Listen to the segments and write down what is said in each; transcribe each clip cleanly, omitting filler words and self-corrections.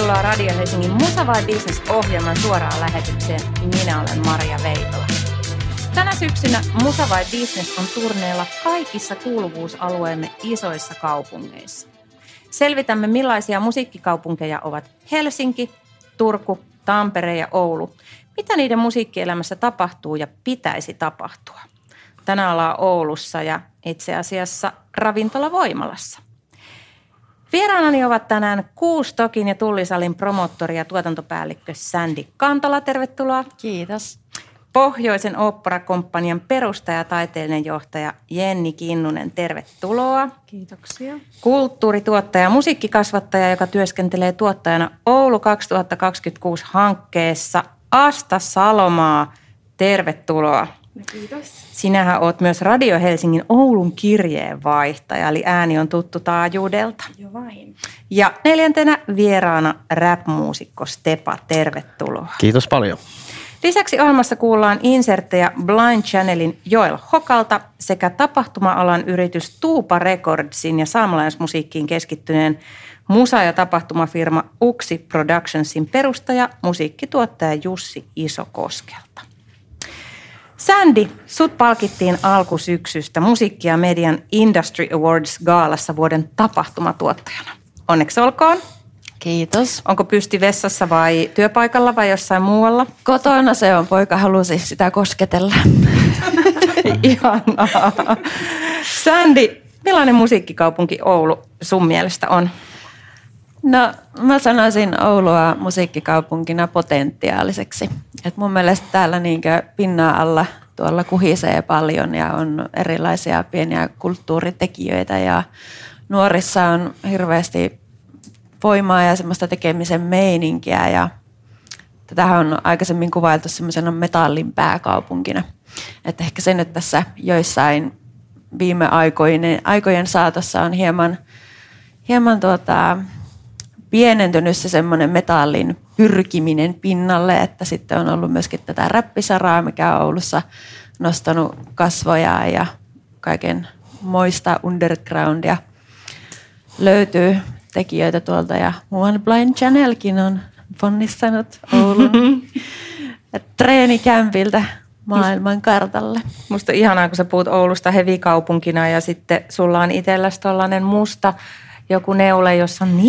Tervetuloa Radio Helsingin Musa vai Business-ohjelman suoraan lähetykseen. Minä olen Maria Veitola. Tänä syksynä Musa vai Business on turneella kaikissa kuuluvuusalueemme isoissa kaupungeissa. Selvitämme, millaisia musiikkikaupunkeja ovat Helsinki, Turku, Tampere ja Oulu. Mitä niiden musiikkielämässä tapahtuu ja pitäisi tapahtua? Tänään ollaan Oulussa ja itse asiassa Ravintola Voimalassa. Vieraanani ovat tänään Kuustokin ja Tullisalin promottori ja tuotantopäällikkö Sandy Kantola. Tervetuloa. Kiitos. Pohjoisen oopperakomppanian perustaja ja taiteellinen johtaja Jenni Kinnunen. Tervetuloa. Kiitoksia. Kulttuurituottaja ja musiikkikasvattaja, joka työskentelee tuottajana Oulu 2026 hankkeessa. Asta Salomaa. Tervetuloa. Kiitos. Sinähän oot myös Radio Helsingin Oulun kirjeenvaihtaja, eli ääni on tuttu taajuudelta. Jo vain. Ja neljäntenä vieraana rap-muusikko Stepa, tervetuloa. Kiitos paljon. Lisäksi ohjelmassa kuullaan inserttejä Blind Channelin Joel Hokalta sekä tapahtuma-alan yritys Tuupa Recordsin ja saamelaismusiikkiin keskittyneen musa- ja tapahtumafirma Uksi Productionsin perustaja, musiikkituottaja Jussi Isokoskelta. Sandy, sut palkittiin alkusyksystä Musiikki- ja Median Industry Awards -gaalassa vuoden tapahtumatuottajana. Onneksi olkoon. Kiitos. Onko pysti vessassa vai työpaikalla vai jossain muualla? Kotona se on, poika halusi sitä kosketella. Ihanaa. Sandy, millainen musiikkikaupunki Oulu sun mielestä on? No mä sanoisin Oulua musiikkikaupunkina potentiaaliseksi. Et mun mielestä täällä niinkö pinnan alla tuolla kuhisee paljon ja on erilaisia pieniä kulttuuritekijöitä ja nuorissa on hirveästi voimaa ja semmoista tekemisen meininkiä ja tätähän on aikaisemmin kuvailtu semmoisena metallin pääkaupunkina. Että ehkä se nyt tässä joissain viime aikojen saatossa on hieman pienentynyt se semmoinen metallin pyrkiminen pinnalle, että sitten on ollut myöskin tätä räppisaraa, mikä on Oulussa nostanut kasvoja ja kaiken moista undergroundia löytyy tekijöitä tuolta ja muun Blind Channelkin on ponnistanut Oulun treenikämpiltä maailman kartalle. Musta on ihanaa, kun sä puhut Oulusta hevikaupunkina ja sitten sulla on itselläsi tollainen musta joku neule, jossa on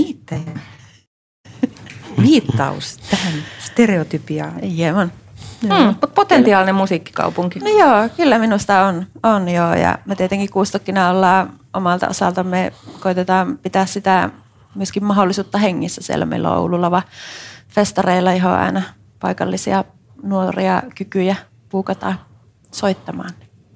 viittaus tähän stereotypiaan. Hieman. Mutta potentiaalinen musiikkikaupunki. No joo, kyllä minusta on joo. Ja me tietenkin Kuustokkina ollaan omalta osaltamme, koitetaan pitää sitä myöskin mahdollisuutta hengissä siellä. Meillä on Oululava festareilla, johon aina paikallisia nuoria kykyjä puukataan soittamaan.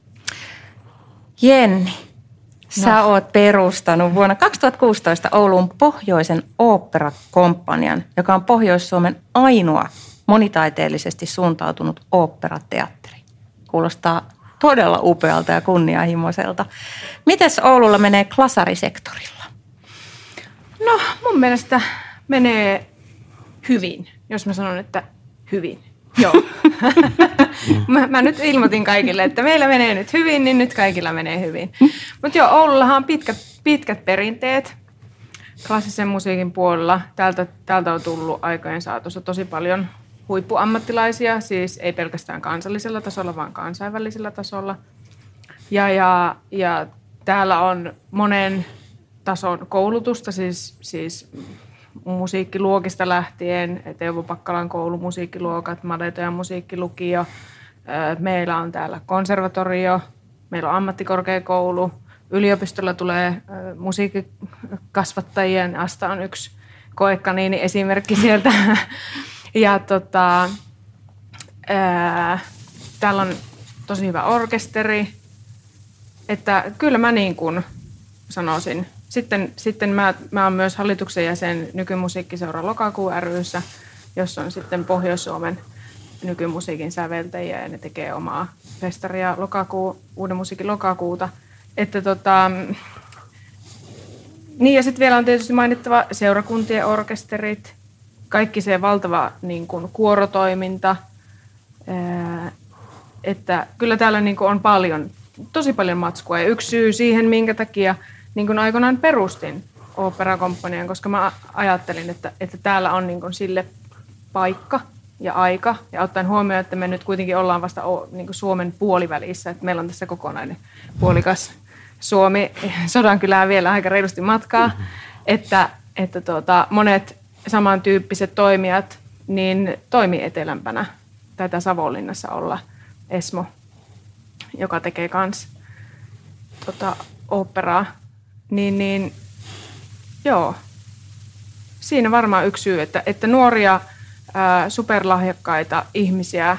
Jenni, sä oot perustanut vuonna 2016 Ouluun Pohjoisen oopperakomppanian, joka on Pohjois-Suomen ainoa monitaiteellisesti suuntautunut oopperateatteri. Kuulostaa todella upealta ja kunnianhimoiselta. Mites Oululla menee klasarisektorilla? No mun mielestä menee hyvin, jos mä sanon, että hyvin. Joo. mä nyt ilmoitin kaikille, että meillä menee nyt hyvin, niin nyt kaikilla menee hyvin. Mutta joo, Oulullahan on pitkät perinteet klassisen musiikin puolella. Täältä on tullut aikojen saatossa tosi paljon huippuammattilaisia, siis ei pelkästään kansallisella tasolla, vaan kansainvälisellä tasolla. Ja täällä on monen tason koulutusta, siis musiikkiluokista lähtien, Teuvo Pakkalan koulu, musiikkiluokat, Madetojan musiikkilukio. Meillä on täällä konservatorio, meillä on ammattikorkeakoulu, yliopistolla tulee musiikkikasvattajien, Asta on yksi koekaniini esimerkki sieltä. Ja täällä on tosi hyvä orkesteri, että kyllä mä niin kuin sanoisin. Sitten mä oon myös hallituksen jäsen Nykymusiikkiseura Lokakuu ry:ssä, jossa on sitten Pohjois-Suomen nykymusiikin säveltäjiä ja ne tekee omaa festaria Uuden musiikin lokakuuta. Että niin ja sitten vielä on tietysti mainittava seurakuntien orkesterit, kaikki se valtava niin kuin kuorotoiminta, että kyllä täällä niin kuin on tosi paljon matskua ja yksi syy siihen, minkä takia niin kuin aikoinaan perustin oopperakomppanian, koska mä ajattelin, että täällä on niin kuin sille paikka ja aika. Ja ottaen huomioon, että me nyt kuitenkin ollaan vasta niin kuin Suomen puolivälissä, että meillä on tässä kokonainen puolikas Suomi, Sodankylään vielä aika reilusti matkaa, että monet samantyyppiset toimijat niin toimii etelämpänä. Taitaa Savonlinnassa olla Esmo, joka tekee kans oopperaa. Niin, joo, siinä varmaan yksi syy, että nuoria superlahjakkaita ihmisiä,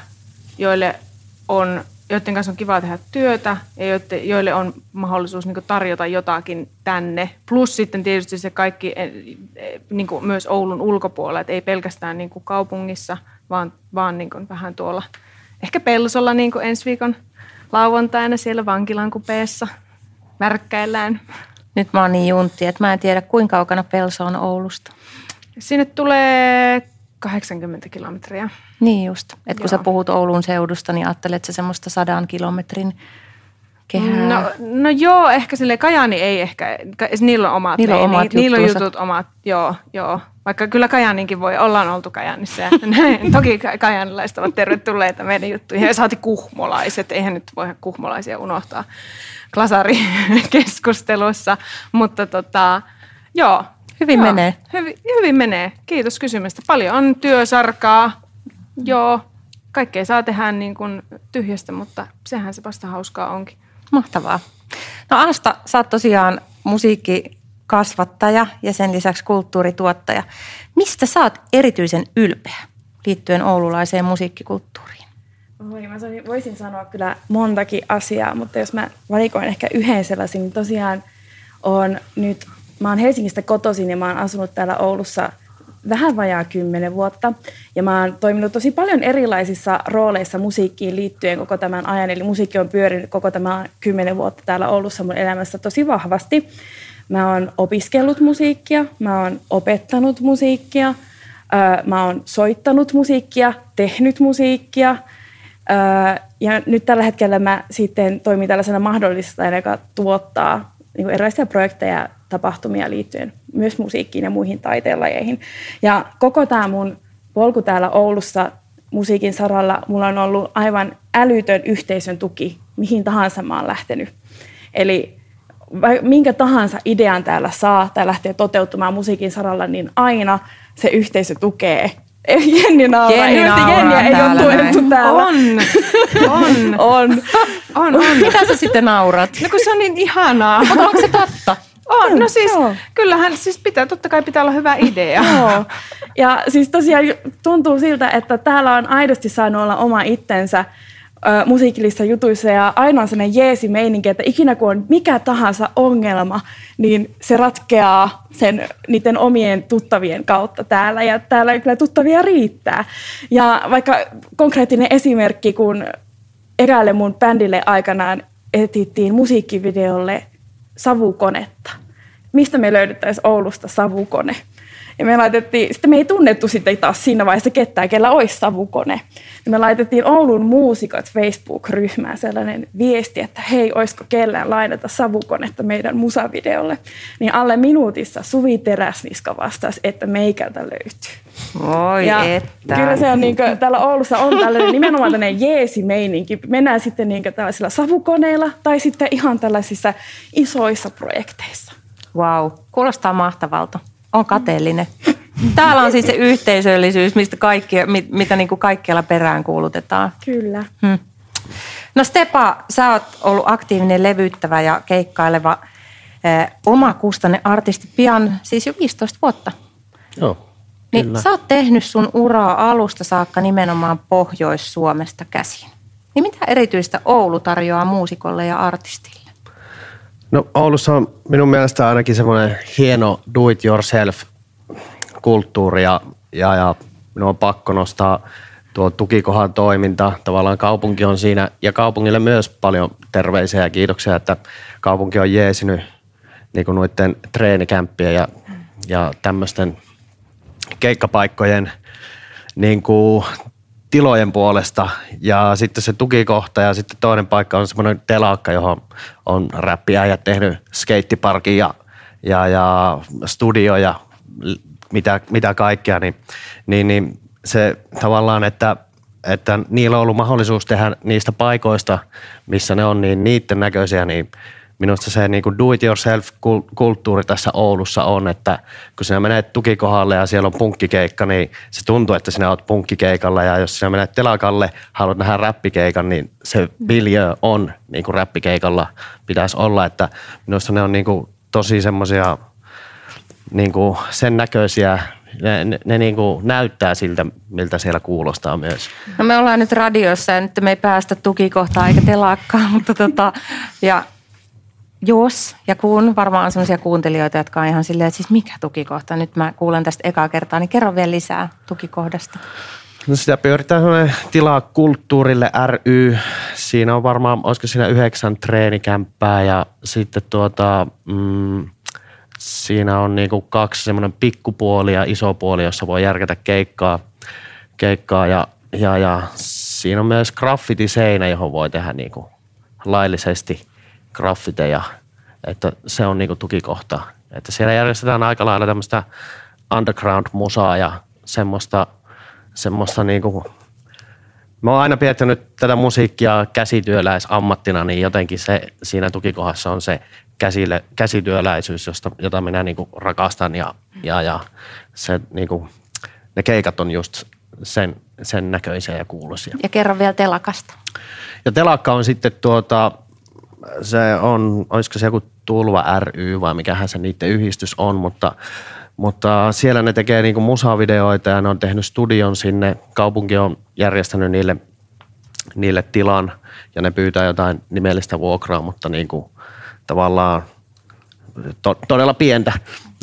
joiden kanssa on kiva tehdä työtä ja joille on mahdollisuus niin kuin tarjota jotakin tänne. Plus sitten tietysti se kaikki niin kuin myös Oulun ulkopuolella, että ei pelkästään niin kuin kaupungissa, vaan niin kuin vähän tuolla ehkä Pelsolla niin kuin ensi viikon lauantaina siellä vankilan kupeessa värkkäillään. Nyt mä oon niin juntti, että mä en tiedä kuinka kaukana Pelso on Oulusta. Sinne tulee 80 kilometriä. Niin just. Että kun sä puhut Oulun seudusta, niin ajattelet sä semmoista 100 kilometrin kehää? No joo, ehkä silleen Kajaani ei ehkä. Niillä on omat niillä on jutut omat, joo. Vaikka kyllä Kajaaninkin ollaan oltu Kajaanissa ja näin. Toki kajaanilaiset ovat tervetulleita meidän juttuihin. Ja saati kuhmolaiset, eihän nyt voi kuhmolaisia unohtaa klasarikeskustelussa. Mutta joo. Hyvin menee. Hyvin menee. Kiitos kysymästä. Paljon on työsarkaa. Joo. Kaikkea saa tehdä niin kuin tyhjästä, mutta sehän se vasta hauskaa onkin. Mahtavaa. No Asta, sä oot tosiaan musiikkikasvattaja ja sen lisäksi kulttuurituottaja. Mistä sä oot erityisen ylpeä liittyen oululaiseen musiikkikulttuuriin? Mä voisin sanoa kyllä montakin asiaa, mutta jos mä valikoin ehkä yhden sellaisin, niin tosiaan mä oon Helsingistä kotoisin ja mä oon asunut täällä Oulussa vähän vajaa 10 vuotta. Ja mä oon toiminut tosi paljon erilaisissa rooleissa musiikkiin liittyen koko tämän ajan. Eli musiikki on pyörinyt koko tämän 10 vuotta täällä Oulussa mun elämässä tosi vahvasti. Mä oon opiskellut musiikkia, mä oon opettanut musiikkia, mä oon soittanut musiikkia, tehnyt musiikkia. Ja nyt tällä hetkellä mä sitten toimin tällaisena mahdollistajana, joka tuottaa niin kuin erilaisia projekteja, tapahtumia liittyen myös musiikkiin ja muihin taiteenlajeihin. Ja koko tämä mun polku täällä Oulussa musiikin saralla, mulla on ollut aivan älytön yhteisön tuki, mihin tahansa mä oon lähtenyt. Eli minkä tahansa idean täällä saa tai lähtee toteuttamaan musiikin saralla, niin aina se yhteisö tukee. Jenni nauraa. Jenniä ei ole tuettu täällä. On. Mitä sä sitten naurat? No kun se on niin ihanaa. Mutta onko se totta? On, no siis kyllähän siis totta kai pitää olla hyvä idea. Joo. Ja siis tosiaan tuntuu siltä, että täällä on aidosti saanut olla oma itsensä musiikillisissa jutuissa ja aina on sellainen jeesi-meininki, että ikinä kun on mikä tahansa ongelma, niin se ratkeaa niiden omien tuttavien kautta täällä ja täällä kyllä tuttavia riittää. Ja vaikka konkreettinen esimerkki, kun eräälle mun bändille aikanaan etittiin musiikkivideolle savukonetta. Mistä me löydettäisiin Oulusta savukone? Ja me laitettiin, sitten me ei tunnettu sitten taas siinä vaiheessa ketään, kellä olisi savukone. Ja me laitettiin Oulun muusikot Facebook-ryhmään sellainen viesti, että hei, olisiko kellään lainata savukonetta meidän musavideolle. Niin alle minuutissa Suvi Teräsniska vastasi, että meikältä löytyy. Oi ja että. Kyllä se on niin kuin, täällä Oulussa on tällainen nimenomaan tällainen jeesi-meininki. Mennään sitten niin kuin tällaisilla savukoneilla tai sitten ihan tällaisissa isoissa projekteissa. Vau, kuulostaa mahtavalta. On kateellinen. Täällä on siis se yhteisöllisyys, mitä niin kuin kaikkialla perään kuulutetaan. Kyllä. No Stepa, sä oot ollut aktiivinen levyttävä ja keikkaileva omakustanne artisti pian siis jo 15 vuotta. Joo, niin kyllä. Sä oot tehnyt sun uraa alusta saakka nimenomaan Pohjois-Suomesta käsin. Niin mitä erityistä Oulu tarjoaa muusikolle ja artistille? No Oulussa on minun mielestä ainakin semmoinen hieno do-it-yourself-kulttuuri ja minun on pakko nostaa tuo tukikohan toiminta. Tavallaan kaupunki on siinä ja kaupungille myös paljon terveisiä ja kiitoksia, että kaupunki on jeesinyt niin kuin noiden treenikämppien ja tämmöisten keikkapaikkojen niin kuin tilojen puolesta ja sitten se tukikohta ja sitten toinen paikka on semmoinen telakka, johon on räppiäijät tehnyt skeittiparkin ja studio ja mitä kaikkea, niin se tavallaan, että niillä on ollut mahdollisuus tehdä niistä paikoista, missä ne on, niin niiden näköisiä, niin minusta se niin kuin do-it-yourself-kulttuuri tässä Oulussa on, että kun sinä menet tukikohalle ja siellä on punkkikeikka, niin se tuntuu, että sinä olet punkkikeikalla. Ja jos sinä menet telakalle, haluat nähdä räppikeikan, niin se miljö on niin kuin räppikeikalla pitäisi olla. Että minusta ne on niin kuin tosi semmoisia niin kuin sen näköisiä, ne niin kuin näyttää siltä, miltä siellä kuulostaa myös. No me ollaan nyt radiossa ja nyt me ei päästä tukikohtaan eikä telakkaan, mutta ja jos ja kun varmaan on sellaisia kuuntelijoita, jotka on ihan silleen, että siis mikä tukikohta? Nyt mä kuulen tästä ekaa kertaa, niin kerro vielä lisää tukikohdasta. No sitä pyörittää sellainen Tilaa kulttuurille ry. Siinä on varmaan, olisiko siinä 9 treenikämppää ja sitten siinä on niinku 2 semmoinen pikkupuoli ja iso puoli, jossa voi järkätä keikkaa ja siinä on myös graffitiseinä, johon voi tehdä niinku laillisesti graffiteja, että se on niinku tukikohta. Että siellä järjestetään aika lailla tämmöistä underground-musaa ja semmoista niinku, mä oon aina pidettänyt tätä musiikkia käsityöläisammattina, niin jotenkin se siinä tukikohdassa on se käsityöläisyys, jota minä niinku rakastan ja se niinku, ne keikat on just sen näköisiä ja kuuluisia. Ja kerro vielä telakasta. Ja telakka on sitten se on, olisiko se joku Tulva ry vai mikähän se niiden yhdistys on, mutta siellä ne tekee niinku musavideoita ja ne on tehnyt studion sinne. Kaupunki on järjestänyt niille tilan ja ne pyytää jotain nimellistä vuokraa, mutta niinku tavallaan todella pientä.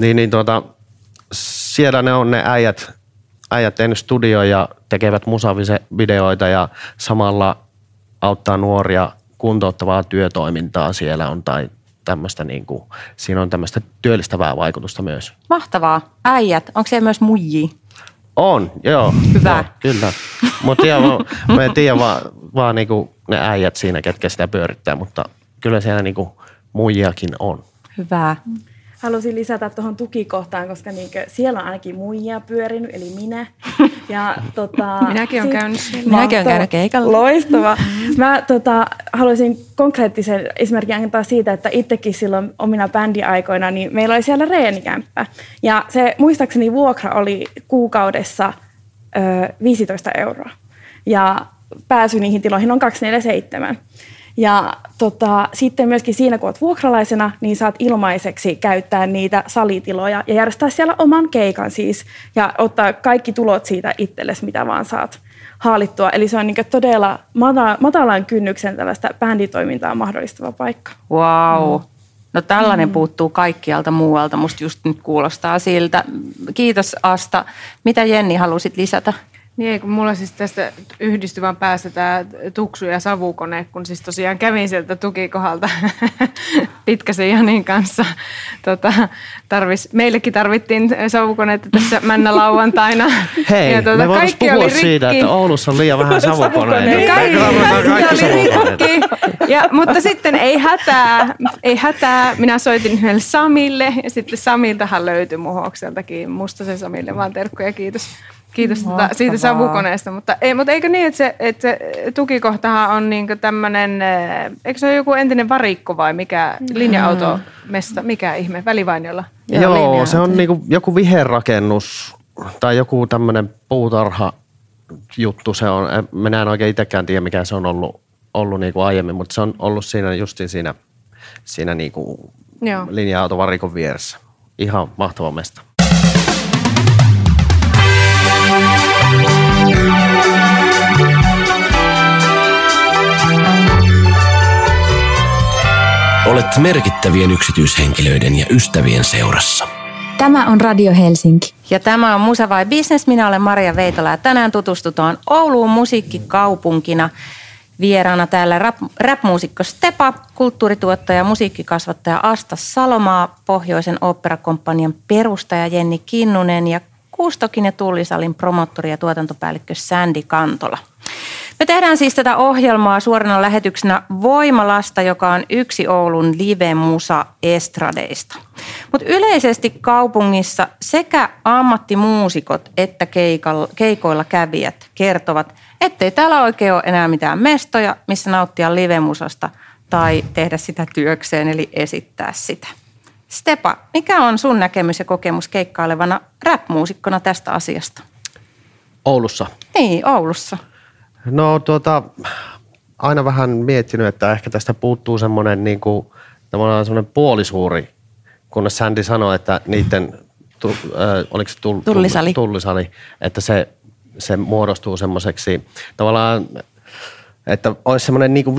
Siellä ne on ne äijät tehnyt studio ja tekevät musavideoita ja samalla auttaa nuoria kuntouttavaa työtoimintaa siellä on tai tämmöistä niinku, siinä on tämmöistä työllistävää vaikutusta myös. Mahtavaa. Äijät, onko siellä myös muijia? On, joo. Hyvä. Joo, kyllä. Mutta mä en tiedä vaan niinku ne äijät siinä, ketkä sitä pyörittää, mutta kyllä siellä niinku muijakin on. Hyvä. Halusin lisätä tuohon tukikohtaan, koska siellä on ainakin muijia pyörinyt, eli minä. Ja, Minäkin olen käynyt siellä. Minäkin olen käynyt keikalla. Loistava. Mä haluaisin konkreettisen esimerkin antaa siitä, että itsekin silloin omina bändiaikoina, niin meillä oli siellä reenikämppä. Ja se muistaakseni vuokra oli kuukaudessa 15 €. Ja pääsy niihin tiloihin on 247. Ja sitten myöskin siinä, kun olet vuokralaisena, niin saat ilmaiseksi käyttää niitä salitiloja ja järjestää siellä oman keikan siis. Ja ottaa kaikki tulot siitä itsellesi, mitä vaan saat haalittua. Eli se on niin todella matalan kynnyksen tällaista bänditoimintaa mahdollistava paikka. Wow. No tällainen puuttuu kaikkialta muualta. Musta just nyt kuulostaa siltä. Kiitos Asta. Mitä Jenni halusit lisätä? Niin, kun mulla siis tästä yhdistyvän päästä tämä tuksu- ja savukone, kun siis tosiaan kävin sieltä tukikohdalta Pitkäsen Janin kanssa. Meillekin tarvittiin savukoneita tässä männälauantaina. Hei, ja me voitaisiin puhua siitä, että Oulussa on liian vähän savukoneita. Mutta sitten ei hätää. Minä soitin yhdelle Samille ja sitten Samiltahan löytyi Muhokseltakin. Mustasen Samille vaan terkkuja, kiitos siitä savukoneesta, mutta eikö niin, että se tukikohtahan on niinku tämmöinen, eikö se ole joku entinen varikko vai mikä linja-automesta, mikä ihme, Välivainiolla? Joo, se on niinku joku viherrakennus tai joku tämmöinen puutarha juttu se on. Minä en oikein itsekään tiedä, mikä se on ollut niinku aiemmin, mutta se on ollut siinä justiin siinä niinku linja-autovarikon vieressä. Ihan mahtava mesta. Olet merkittävien yksityishenkilöiden ja ystävien seurassa. Tämä on Radio Helsinki. Ja tämä on Musa vai Business. Minä olen Maria Veitola ja tänään tutustutaan Ouluun musiikkikaupunkina. Vieraana täällä rap-muusikko Stepa, kulttuurituottaja ja musiikkikasvattaja Asta Salomaa, Pohjoisen oopperakomppanian perustaja Jenni Kinnunen ja Kustokin ja Tullisalin promottori ja tuotantopäällikkö Sandy Kantola. Me tehdään siis tätä ohjelmaa suorana lähetyksenä Voimalasta, joka on yksi Oulun live-musa-estradeista. Mutta yleisesti kaupungissa sekä ammattimuusikot että keikoilla kävijät kertovat, ettei täällä oikein ole enää mitään mestoja, missä nauttia livemusasta tai tehdä sitä työkseen, eli esittää sitä. Stepa, mikä on sun näkemys ja kokemus keikkailevana rap-muusikkona tästä asiasta? Oulussa. Niin, Oulussa. No aina vähän miettinyt, että ehkä tästä puuttuu semmoinen niinku, tavallaan semmoinen puolisuuri, kunnes Sandy sanoi, että niiden, oliko se tullisali, että se muodostuu semmoiseksi tavallaan, että olisi semmoinen niinku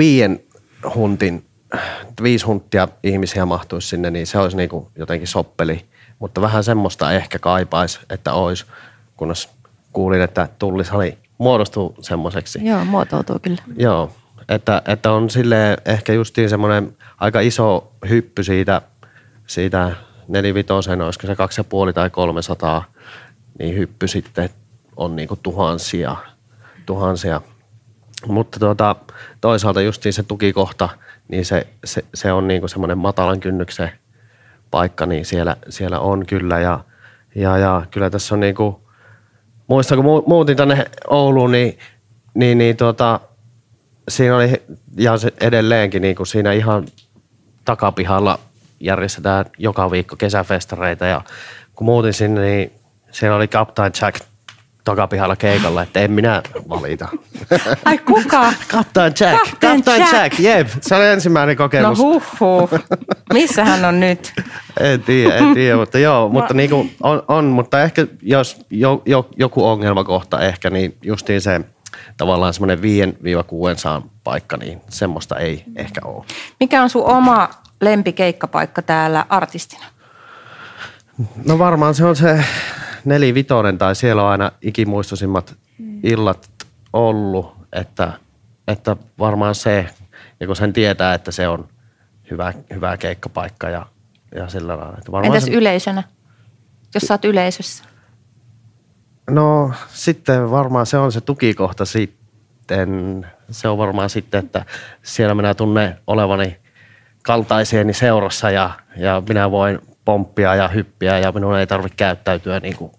5 hunttia ihmisiä mahtuisi sinne, niin se olisi niinku jotenkin soppeli, mutta vähän semmoista ehkä kaipaisi, että olisi, kunnes kuulin, että tullisali muodostuu semmoiseksi. Joo, muotoutuu kyllä. Joo, että on silleen ehkä justiin semmoinen aika iso hyppy siitä 4-5, olisiko se 2,5 tai 300, niin hyppy sitten on niinku tuhansia. Mutta toisaalta justiin se tukikohta, niin se on niinku semmoinen matalan kynnyksen paikka, niin siellä on kyllä ja kyllä tässä on niinku, muistan kun muutin tänne Ouluun, niin siinä oli ja se edelleenkin niin kuin siinä ihan takapihalla järjestetään joka viikko kesäfestareita ja kun muutin sinne, niin siellä oli Captain Jack takapihalla keikalla, että en minä valita. Ai kuka? Captain Jack, jep. Se oli ensimmäinen kokemus. No huhhuh. Missä hän on nyt? En tiedä, mutta joo, mutta niin kuin on, mutta ehkä jos joku ongelmakohta ehkä, niin justiin se tavallaan semmoinen 5-6 paikka, niin semmoista ei ehkä ole. Mikä on sun oma lempikeikkapaikka täällä artistina? No varmaan se on se 4-5 tai siellä on aina ikimuistoisimmat illat ollut, että varmaan se, ja kun sen tietää, että se on hyvä keikkapaikka ja sillä lailla. Entäs yleisönä, jos sä oot yleisössä? No sitten varmaan se on se tukikohta sitten. Se on varmaan sitten, että siellä minä tunnen olevani kaltaisieni seurassa ja minä voin pomppia ja hyppiä ja minun ei tarvitse käyttäytyä niin kuin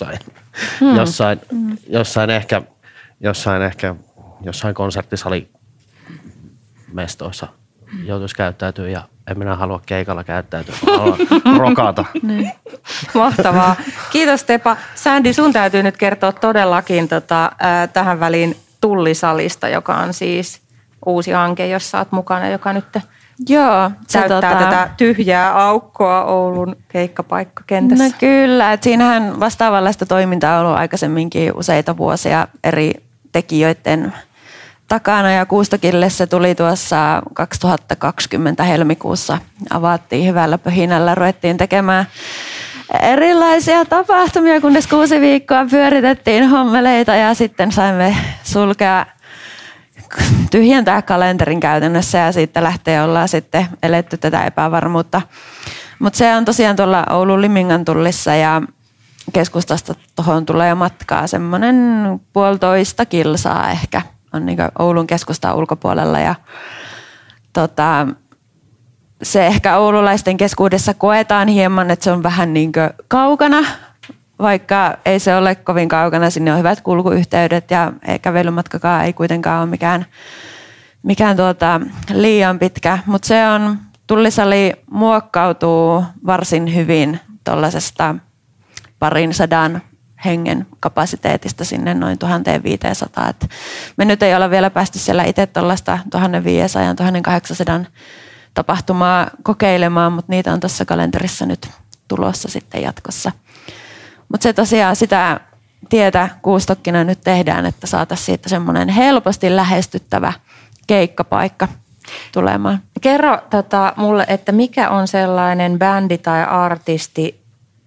jossain konserttisalimestoissa joutuisi käyttäytyä ja en minä halua keikalla käyttäytyä, vaan rokata. Mahtavaa. Kiitos Tepa. Sandy, sun täytyy nyt kertoa todellakin tähän väliin Tullisalista, joka on siis uusi hanke, jossa olet mukana, joka nyt täyttää tätä tyhjää aukkoa Oulun keikkapaikkakentässä. No kyllä, että siinähän vastaavanlaista toimintaa on ollut aikaisemminkin useita vuosia eri tekijöiden takana ja Kuustokille se tuli tuossa 2020 helmikuussa. Avattiin hyvällä pöhinällä, ruvettiin tekemään erilaisia tapahtumia, kunnes 6 viikkoa pyöritettiin hommeleita ja sitten saimme tyhjentää kalenterin käytännössä ja siitä lähtee ollaan sitten eletty tätä epävarmuutta. Mutta se on tosiaan tuolla Oulun Limingan Tullissa ja keskustasta tuohon tulee matkaa semmoinen 1,5 kilsaa ehkä. On niin kuin Oulun keskustan ulkopuolella ja se ehkä oululaisten keskuudessa koetaan hieman, että se on vähän niin kuin kaukana, vaikka ei se ole kovin kaukana. Sinne on hyvät kulkuyhteydet ja kävelymatkakaan ei kuitenkaan ole mikään liian pitkä, mutta se on, Tullisali muokkautuu varsin hyvin tuollaisesta 200 hengen kapasiteetista sinne noin 1500. Et me nyt ei olla vielä päästy siellä itse tuollaista 1500-1800 tapahtumaa kokeilemaan, mutta niitä on tuossa kalenterissa nyt tulossa sitten jatkossa. Mutta se tosiaan sitä tietä Kuustokkina nyt tehdään, että saataisiin siitä semmoinen helposti lähestyttävä keikkapaikka tulemaan. Kerro mulle, että mikä on sellainen bändi tai artisti,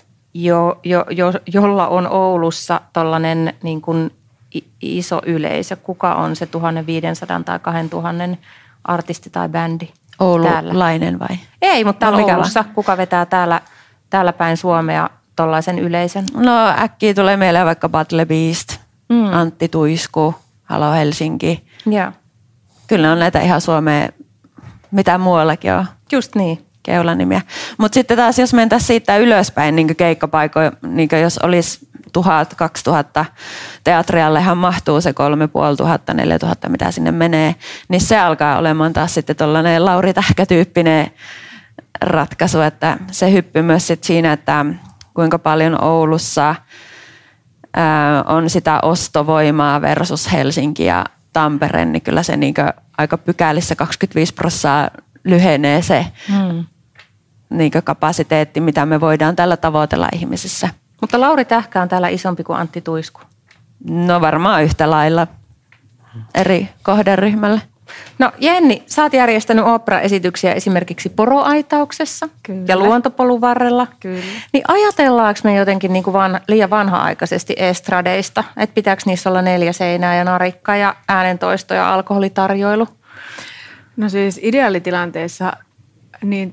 jolla on Oulussa tollainen niin kuin iso yleisö. Kuka on se 1500 tai 2000 artisti tai bändi? Oululainen vai? Ei, mutta täällä Oulussa. Kuka vetää täällä päin Suomea tollaisen yleisön? No äkkiä tulee mieleen vaikka Battle Beast, Antti Tuisku, Halo Helsinki. Joo. Kyllä on näitä ihan Suomea, mitä muuallakin on. Just niin. keulanimiä. Mutta sitten taas, jos mentäisiin siitä ylöspäin niin keikkapaikoja, niin jos olisi 1000-2000 teatriallehan mahtuu se 3500-4000, mitä sinne menee, niin se alkaa olemaan taas sitten tuollainen Lauri Tähkä-tyyppinen ratkaisu, että se hyppy myös sit siinä, että kuinka paljon Oulussa on sitä ostovoimaa versus Helsinki ja Tampere, niin kyllä se niin aika pykälissä 25% lyhenee se niin kapasiteetti, mitä me voidaan tällä tavoitella ihmisissä. Mutta Lauri Tähkä on täällä isompi kuin Antti Tuisku. No varmaan yhtä lailla eri kohderyhmälle. No Jenni, sä oot järjestänyt operaesityksiä esimerkiksi Poroaitauksessa ja Luontopolun varrella. Kyllä. Niin ajatellaanko me jotenkin niin kuin liian vanha-aikaisesti estradeista, että pitääkö niissä olla 4 seinää ja narikka ja äänentoisto ja alkoholitarjoilu? No siis ideaalitilanteessa niin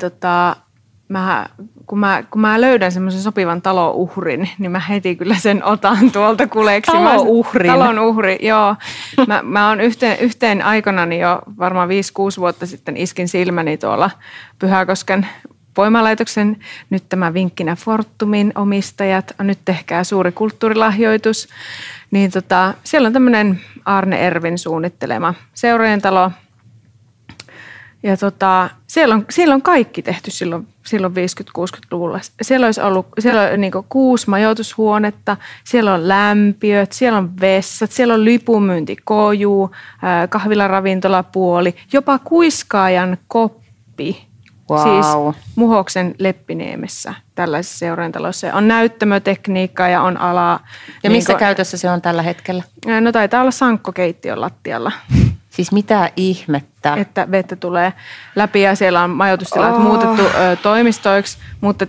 kun mä löydän semmoisen sopivan talouhrin, niin mä heti kyllä sen otan tuolta kuleksimaan. Talon uhri, joo. Mä oon yhteen aikanani jo varmaan 5-6 vuotta sitten iskin silmäni tuolla Pyhäkosken voimalaitoksen, nyt tämä vinkkinä Fortumin omistajat, nyt tehkää suuri kulttuurilahjoitus. Niin siellä on tämmöinen Arne Ervin suunnittelema seurojen talo. Ja siellä on kaikki tehty silloin 50-60-luvulla. Siellä on niin 6 majoitushuonetta, siellä on lämpiöt, siellä on vessat, siellä on lipunmyyntikoju, kahvilaravintolapuoli, jopa kuiskaajan koppi. Wow. Siis Muhoksen Leppiniemessä tällaisessa seurojen talossa. On näyttämötekniikkaa ja on alaa. Ja missä käytössä se on tällä hetkellä? No taitaa olla sankkokeittiön lattialla. Siis mitä ihmettä? Että vettä tulee läpi ja siellä on majoitustilat muutettu toimistoiksi, mutta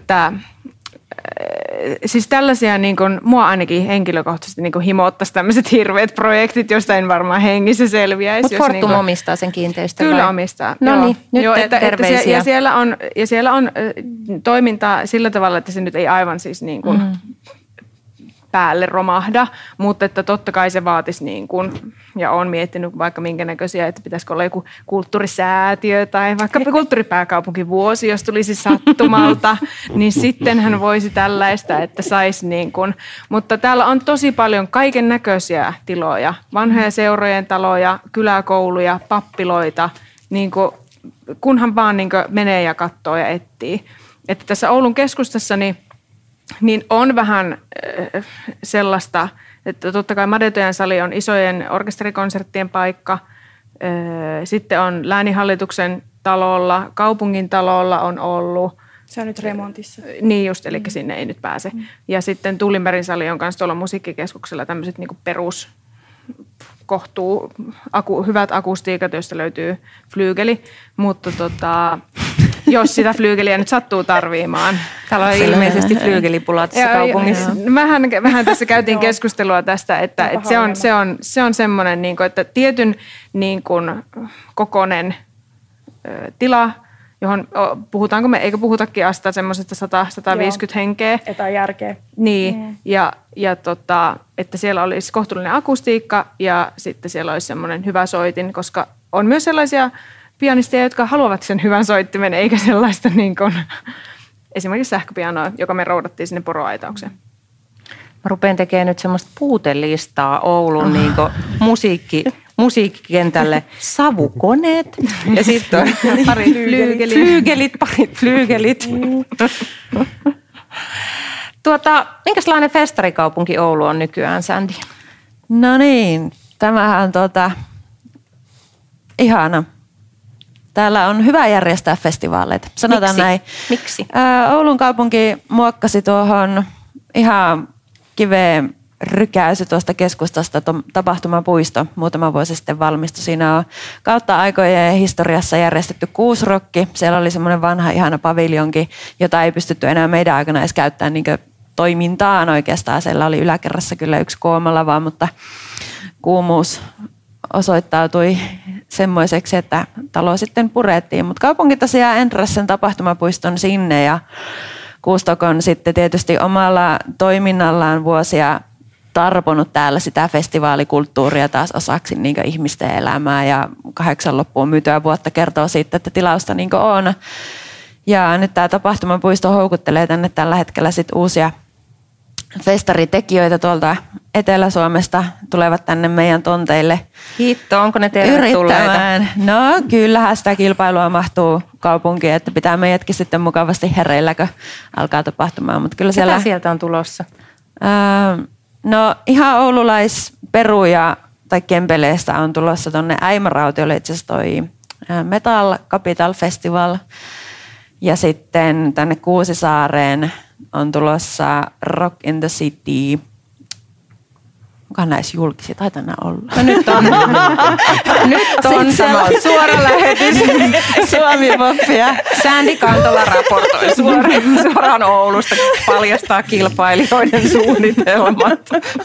siis tällaisia, niin kuin, mua ainakin henkilökohtaisesti niin kuin himottaisi tämmöiset hirveät projektit, joista en varmaan hengissä selviäisi. Mutta Fortum niin omistaa sen kiinteistön? Kyllä omistaa. No niin, nyt joo, terveisiä. Ja siellä on toimintaa sillä tavalla, että se nyt ei aivan siis niin kuin päälle romahda, mutta että totta kai se vaatisi niin kuin, ja olen miettinyt vaikka minkä näköisiä, että pitäisikö olla joku kulttuurisäätiö tai vaikka kulttuuripääkaupunkivuosi, jos tulisi sattumalta, niin sitten hän voisi tällaista, että saisi niin kuin, mutta täällä on tosi paljon kaiken näköisiä tiloja, vanhoja seurojen taloja, kyläkouluja, pappiloita, niin kuin, kunhan vaan niin kuin menee ja katsoo ja etsii. Että tässä Oulun keskustassa niin on vähän sellaista, että totta kai Madetojan sali on isojen orkesterikonserttien paikka. Sitten on lääninhallituksen talolla, kaupungin talolla on ollut. Se on nyt remontissa. Niin just, eli sinne ei nyt pääse. Ja sitten Tullinbergin sali on myös tuolla musiikkikeskuksella tämmöiset niinku perus hyvät akustiikat, joista löytyy flyygeli, mutta jos sitä flyygeliä nyt sattuu tarviimaan. Täällä on ilmeisesti flyygelipula tässä kaupungissa. Vähän tässä käytiin keskustelua tästä, että se on semmoinen, niin kuin, että tietyn niin kuin, kokoinen tila, johon eikö puhutakin asta semmoisesta 100-150 henkeä. Etäjärkeä. Niin, ja että siellä olisi kohtuullinen akustiikka ja sitten siellä olisi semmoinen hyvä soitin, koska on myös sellaisia pianisteja, jotka haluavat sen hyvän soittimen, eikä sellaista niin kuin, esimerkiksi sähköpianoa, joka me roudattiin sinne Poroaitaukseen. Mä rupean tekemään nyt semmoista puutelistaa Oulun niin kuin musiikkikentälle. Savukoneet ja sitten on parit flyygelit. Minkälainen festarikaupunki Oulu on nykyään, Sandy? No niin, tämähän on ihana. Täällä on hyvä järjestää festivaaleita. Sanotaan näin. Miksi? Oulun kaupunki muokkasi tuohon ihan kiveen rykäisy tuosta keskustasta tapahtumapuisto. Muutama vuosi sitten valmistui. Siinä on kautta aikojen historiassa järjestetty Kuusrokki. Siellä oli semmoinen vanha ihana paviljonki, jota ei pystytty enää meidän aikana edes käyttämään niin toimintaan oikeastaan. Siellä oli yläkerrassa kyllä yksi koomalava, mutta kuumuus osoittautui semmoiseksi, että talo sitten purettiin. Mutta kaupunki tosiaan entrasi sen tapahtumapuiston sinne ja Kuustok on sitten tietysti omalla toiminnallaan vuosia tarponut täällä sitä festivaalikulttuuria taas osaksi niin ihmisten elämää ja 8 loppuun myytyä vuotta kertoo siitä, että tilausta niin on. Ja nyt tämä tapahtumapuisto houkuttelee tänne tällä hetkellä sit uusia festaritekijöitä tuolta Etelä-Suomesta, tulevat tänne meidän tonteille. Hitto, onko ne tervetulleita? No kyllähän sitä kilpailua mahtuu kaupunkiin, että pitää meidätkin sitten mukavasti hereillä, kun alkaa tapahtumaan. Mutta kyllä Ketä sieltä on tulossa? No ihan oululaisperuja tai Kempeleestä on tulossa tuonne Äimärautiolle itse asiassa toi Metal Capital Festival. Ja sitten tänne Kuusisaareen on tulossa Rock in the City. Onkohan näissä julkisia? Taitaa nämä olla. No nyt on. Nyt on sama suora lähetys. Suomi-poppia. Sandy Kantola raportoi suoraan Oulusta, paljastaa kilpailijoiden suunnitelmat.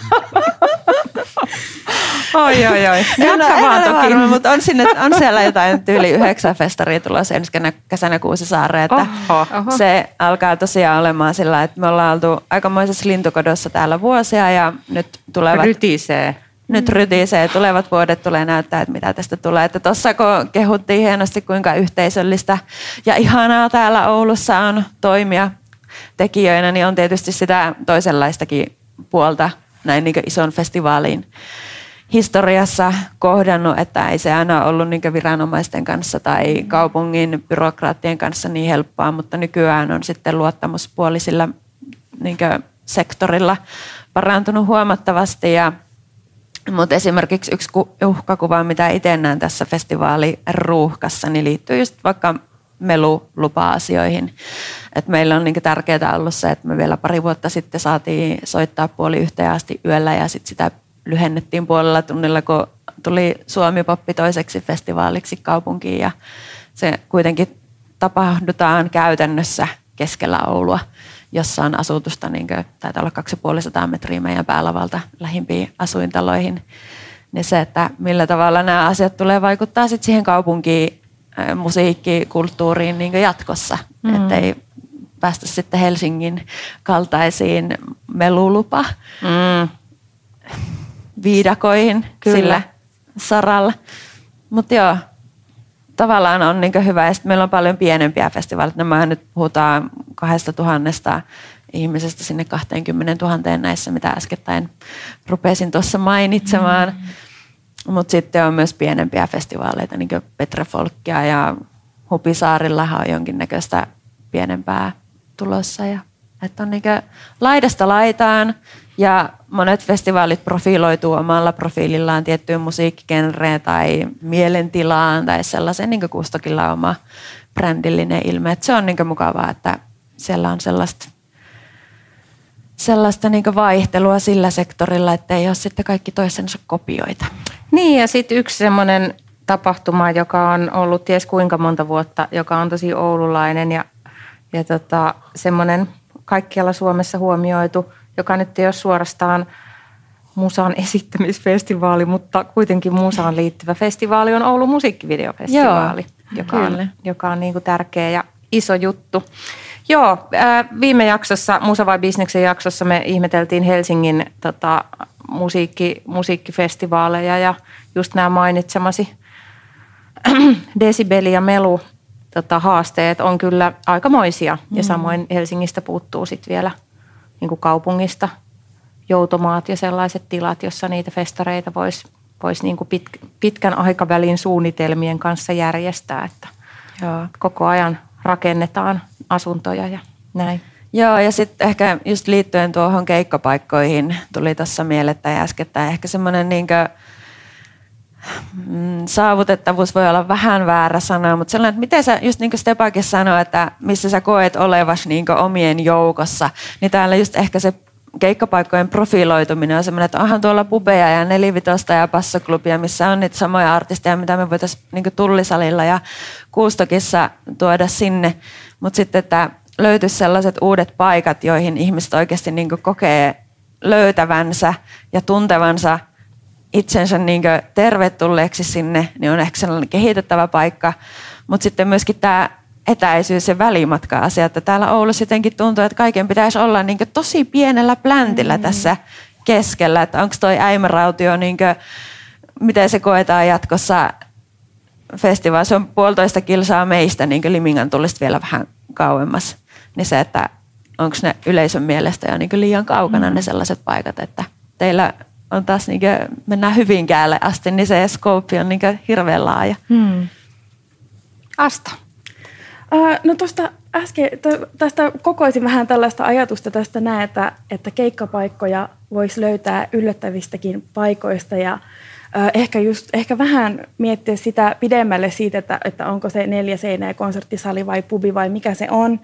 Oi. Jatka vaan toki. Mutta on siellä jotain yli 9 festaria tulossa ensi kesänä Kuusisaareen. Että se alkaa tosiaan olemaan sillä, että me ollaan oltu aikamoisessa lintukodossa täällä vuosia ja nyt tulevat... Nyt rytisee. Tulevat vuodet tulee näyttää, että mitä tästä tulee. Että tuossa kun kehuttiin hienosti, kuinka yhteisöllistä ja ihanaa täällä Oulussa on toimia tekijöinä, niin on tietysti sitä toisenlaistakin puolta näin niin kuin ison festivaalin historiassa kohdannut, että ei se aina ollut niin kuin viranomaisten kanssa tai kaupungin byrokraattien kanssa niin helppoa, mutta nykyään on sitten luottamuspuolisilla niin kuin sektorilla parantunut huomattavasti. Mutta esimerkiksi yksi uhkakuva, mitä itse näen tässä festivaaliruuhkassa, niin liittyy just vaikka melulupa-asioihin. Et meillä on niinku tärkeää ollut se, että me vielä pari vuotta sitten saatiin soittaa 1:30 asti yöllä ja sitten sitä lyhennettiin puolella tunnilla, kun tuli Suomi-poppi toiseksi festivaaliksi kaupunkiin ja se kuitenkin tapahdutaan käytännössä keskellä Oulua, jossa on asutusta, niin kuin, taitaa olla 250 metriä meidän päälavalta lähimpiin asuintaloihin. Niin se, että millä tavalla nämä asiat tulee vaikuttaa sit siihen kaupunkiin, musiikkikulttuuriin niin jatkossa. Että ei päästä sitten Helsingin kaltaisiin melulupa viidakoihin sillä saralla. Mutta joo, tavallaan on niin hyvä. Ja sitten meillä on paljon pienempiä festivaaleja. Nämä nyt puhutaan 2,000 ihmisestä sinne 20 000 näissä, mitä äskettäin rupesin tuossa mainitsemaan. Mutta sitten on myös pienempiä festivaaleita, niin kuin Petrefolkia ja Hupisaarillahan on jonkinnäköistä pienempää tulossa. Että on niin laidasta laitaan ja monet festivaalit profiloituu omalla profiilillaan tiettyyn musiikkigenreen tai mielentilaan tai sellaisen, niin kuin kustokilla on oma brändillinen ilme. Että se on niin mukavaa, että siellä on sellaista niin vaihtelua sillä sektorilla, että ei ole sitten kaikki toisensa kopioita. Niin ja sitten yksi semmoinen tapahtuma, joka on ollut ties kuinka monta vuotta, joka on tosi oululainen ja semmoinen kaikkialla Suomessa huomioitu, joka nyt ei ole suorastaan musan esittämisfestivaali, mutta kuitenkin musaan liittyvä festivaali on Oulun musiikkivideofestivaali, joka on niin kuin tärkeä ja iso juttu. Joo, viime jaksossa, Musa vai Bisneksen jaksossa me ihmeteltiin Helsingin musiikkifestivaaleja ja just nämä mainitsemasi desibeli- ja melu haasteet on kyllä aikamoisia ja samoin Helsingistä puuttuu sitten vielä niin kuin kaupungista joutomaat ja sellaiset tilat, jossa niitä festareita voisi niin kuin pitkän aikavälin suunnitelmien kanssa järjestää, että koko ajan rakennetaan asuntoja ja näin. Joo, ja sitten ehkä just liittyen tuohon keikkapaikkoihin tuli tuossa mielettä ja äskettäin ehkä semmoinen niinkö saavutettavuus voi olla vähän väärä sana, mutta sellainen, että miten sä, just niin kuin Stepakin sanoi, että missä sä koet olevasi niin kuin omien joukossa, niin täällä just ehkä se keikkapaikkojen profiloituminen on semmoinen, että onhan tuolla pubeja ja Nelivitosta ja Passoklubia, missä on niitä samoja artisteja, mitä me voitaisiin niin kuin Tullisalilla ja Kuustokissa tuoda sinne, mutta sitten, että löytyisi sellaiset uudet paikat, joihin ihmiset oikeasti niin kuin kokee löytävänsä ja tuntevansa itsensä niin kuin tervetulleeksi sinne, niin on ehkä sellainen kehitettävä paikka. Mutta sitten myöskin tämä etäisyys- ja välimatka-asia, että täällä Oulussa jotenkin tuntuu, että kaiken pitäisi olla niin kuin tosi pienellä pläntillä tässä keskellä. Että onko toi Äimärautio, niin kuin, miten se koetaan jatkossa festivaali? Se on 1,5 kilsaa meistä, niin kuin Limingan tulisi vielä vähän kauemmas, niin se, että onko ne yleisön mielestä jo niin kuin liian kaukana ne sellaiset paikat, että teillä on taas niin kuin, mennään Hyvinkäälle asti, niin se scope on niin kuin hirveän laaja. Asta. No tuosta äsken, tästä kokoisin vähän tällaista ajatusta tästä näin, että keikkapaikkoja voisi löytää yllättävistäkin paikoista ja ehkä vähän miettiä sitä pidemmälle siitä, että onko se 4 seinää konserttisali vai pubi vai mikä se on.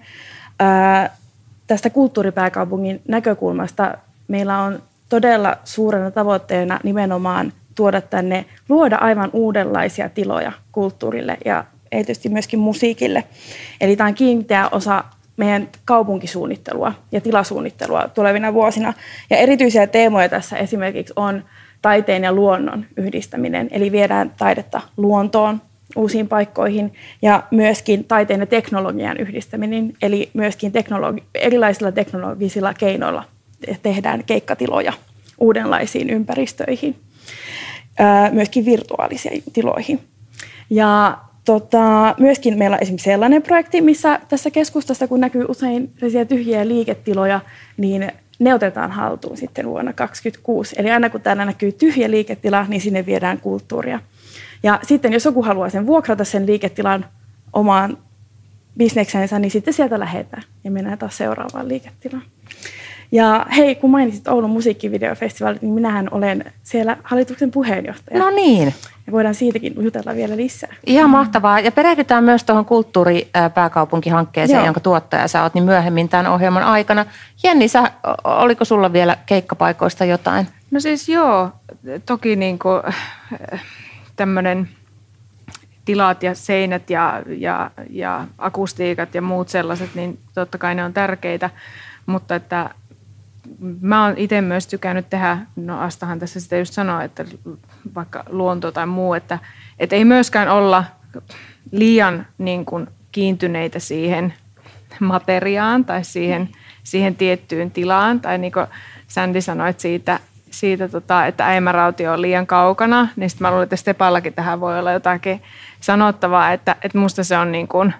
Tästä kulttuuripääkaupungin näkökulmasta meillä on todella suurena tavoitteena nimenomaan tuoda tänne, luoda aivan uudenlaisia tiloja kulttuurille ja erityisesti myöskin musiikille. Eli tämä on kiinteä osa meidän kaupunkisuunnittelua ja tilasuunnittelua tulevina vuosina. Ja erityisiä teemoja tässä esimerkiksi on taiteen ja luonnon yhdistäminen, eli viedään taidetta luontoon, uusiin paikkoihin ja myöskin taiteen ja teknologian yhdistäminen, eli myöskin erilaisilla teknologisilla keinoilla tehdään keikkatiloja uudenlaisiin ympäristöihin, myöskin virtuaalisiin tiloihin. Ja myöskin meillä on esimerkiksi sellainen projekti, missä tässä keskustassa, kun näkyy usein tyhjiä liiketiloja, niin ne otetaan haltuun sitten vuonna 2026. Eli aina kun täällä näkyy tyhjä liiketila, niin sinne viedään kulttuuria. Ja sitten jos joku haluaa sen vuokrata sen liiketilan omaan bisneksensä, niin sitten sieltä lähdetään ja mennään taas seuraavaan liiketilaan. Ja hei, kun mainitsit Oulun musiikkivideofestivaalit, niin minähän olen siellä hallituksen puheenjohtaja. No niin. Ja voidaan siitäkin jutella vielä lisää. Ihan mahtavaa. Ja perehdytään myös tuohon kulttuuripääkaupunkihankkeeseen, jonka tuottaja sä oot, niin myöhemmin tämän ohjelman aikana. Jenni, oliko sulla vielä keikkapaikoista jotain? No siis joo, toki niinku tämmöinen tilat ja seinät ja akustiikat ja muut sellaiset, niin totta kai ne on tärkeitä. Mutta että mä oon itse myös tykännyt tehdä, no Astahan tässä sitä just sanoi, että vaikka luonto tai muu, että ei myöskään olla liian niin kuin kiintyneitä siihen materiaan tai siihen tiettyyn tilaan. Tai niin kuin Sandy sanoi siitä että Äimärautio on liian kaukana, niin sitten mä luulen, että Stepallakin tähän voi olla jotakin sanottavaa, että musta se on niin kuin,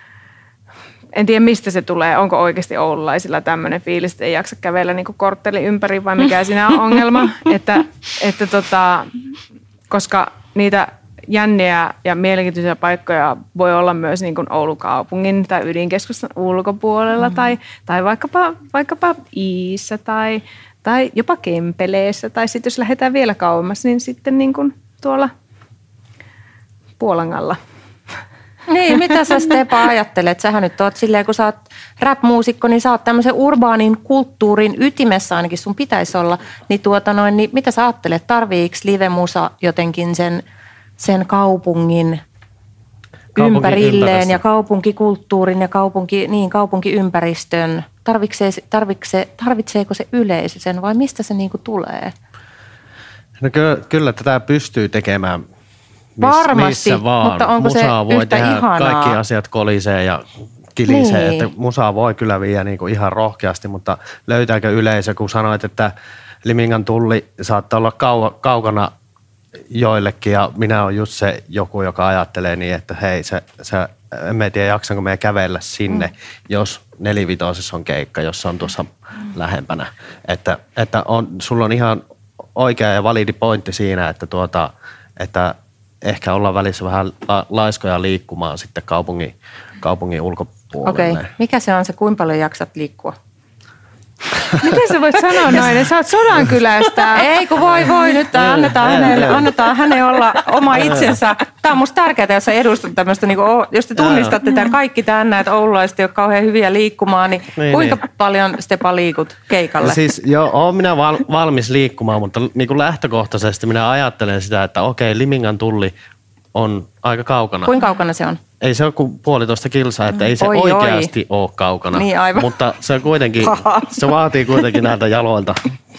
en tiedä, mistä se tulee. Onko oikeasti oululaisilla tämmöinen fiilis, että ei jaksa kävellä niin kuin kortteli ympäri vai mikä siinä on ongelma. Koska niitä jänniä ja mielenkiintoisia paikkoja voi olla myös niin kuin Oulun kaupungin tai ydinkeskustan ulkopuolella tai vaikkapa Iissä tai jopa Kempeleessä. Tai sitten jos lähdetään vielä kauemmas, niin sitten niin kuin tuolla Puolangalla. Niin, mitä sä Stepa ajattelet? Sähän nyt oot silleen, kun sä oot rap-muusikko, niin sä oot tämmöisen urbaanin kulttuurin ytimessä ainakin sun pitäisi olla. Niin mitä sä ajattelet? Tarviiko live-musa jotenkin sen kaupungin ympärilleen ja kaupunkikulttuurin ja kaupunkiympäristön? Tarvitseeko se yleisö sen vai mistä se niinku tulee? No kyllä tätä pystyy tekemään. Varmasti, missä vaan. Mutta onko musaa se voi yhtä tehdä ihanaa? Kaikki asiat kolisee ja kilisee, niin. Että musaa voi kyllä viedä niin kuin ihan rohkeasti, mutta löytääkö yleisö, kun sanoit, että Limingan tulli saattaa olla kaukana joillekin ja minä olen just se joku, joka ajattelee niin, että hei, en tiedä jaksanko meidän kävellä sinne, jos 4-5 on keikka, jos se on tuossa lähempänä. Että sulla on ihan oikea ja validi pointti siinä, että ehkä ollaan välissä vähän laiskoja liikkumaan sitten kaupungin ulkopuolelle. Okei. Mikä se on se, kuinka paljon jaksat liikkua? Miten sä voit sanoa noin? Sä oot Sodankylästä. Ei kun voi nyt annetaan hänen olla oma itsensä. Tämä on musta tärkeää, jos sä edustat tämmöistä, jos te tunnistatte tämän kaikki tänne, että oululaiset ei ole kauhean hyviä liikkumaan, niin kuinka paljon Stepa liikut keikalle? Siis oon minä valmis liikkumaan, mutta niin kuin lähtökohtaisesti minä ajattelen sitä, että okei, Limingan tulli on aika kaukana. Kuinka kaukana se on? Ei se ole kuin 1,5 kilsaa, että ei se oikeasti ole kaukana. Niin, aivan. Mutta se kuitenkin, se vaatii kuitenkin näiltä jaloilta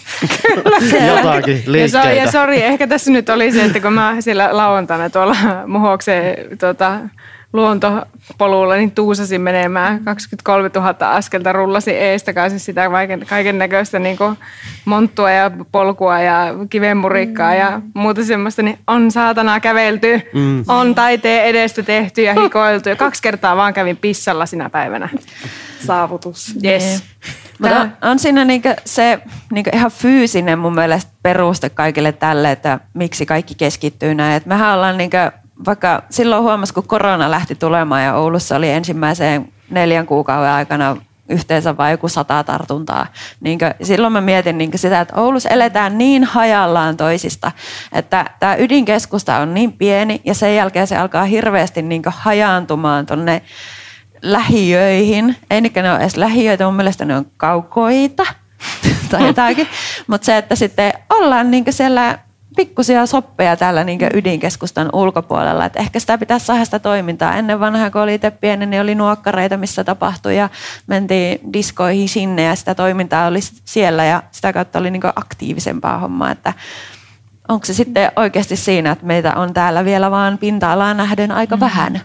jotakin liikkeitä. Ja sori, ehkä tässä nyt oli se, että kun mä siellä lauantaina tuolla Muhoksen luontopolulla, niin tuusasin menemään 23 000 askelta, rullasin eestakaisin sitä kaiken näköistä niin monttua ja polkua ja kivenmurikkaa ja muuta semmoista, niin on saatanaa kävelty, on taiteen edestä tehty ja hikoiltu ja 2 kertaa vaan kävin pissalla sinä päivänä. Saavutus. Yes. Mutta on siinä se ihan fyysinen mun mielestä peruste kaikille tälle, että miksi kaikki keskittyy näin. Et mehän ollaan vaikka silloin huomasi, kun korona lähti tulemaan ja Oulussa oli ensimmäiseen 4 kuukauden aikana yhteensä vain joku 100 tartuntaa. Silloin mä mietin sitä, että Oulussa eletään niin hajallaan toisista, että tämä ydinkeskusta on niin pieni ja sen jälkeen se alkaa hirveästi hajaantumaan tonne lähiöihin. Ei ne ole edes lähiöitä, mun mielestä ne on kaukoita tai jotakin. Mutta se, että sitten ollaan siellä pikkusia soppeja täällä ydinkeskustan ulkopuolella. Et ehkä sitä pitäisi saada sitä toimintaa. Ennen vanhaa, kun oli itse pieni, niin oli nuokkareita, missä tapahtui ja mentiin diskoihin sinne ja sitä toimintaa oli siellä ja sitä kautta oli aktiivisempaa hommaa. Että onko se sitten oikeasti siinä, että meitä on täällä vielä vaan pinta-alaa nähden aika vähän?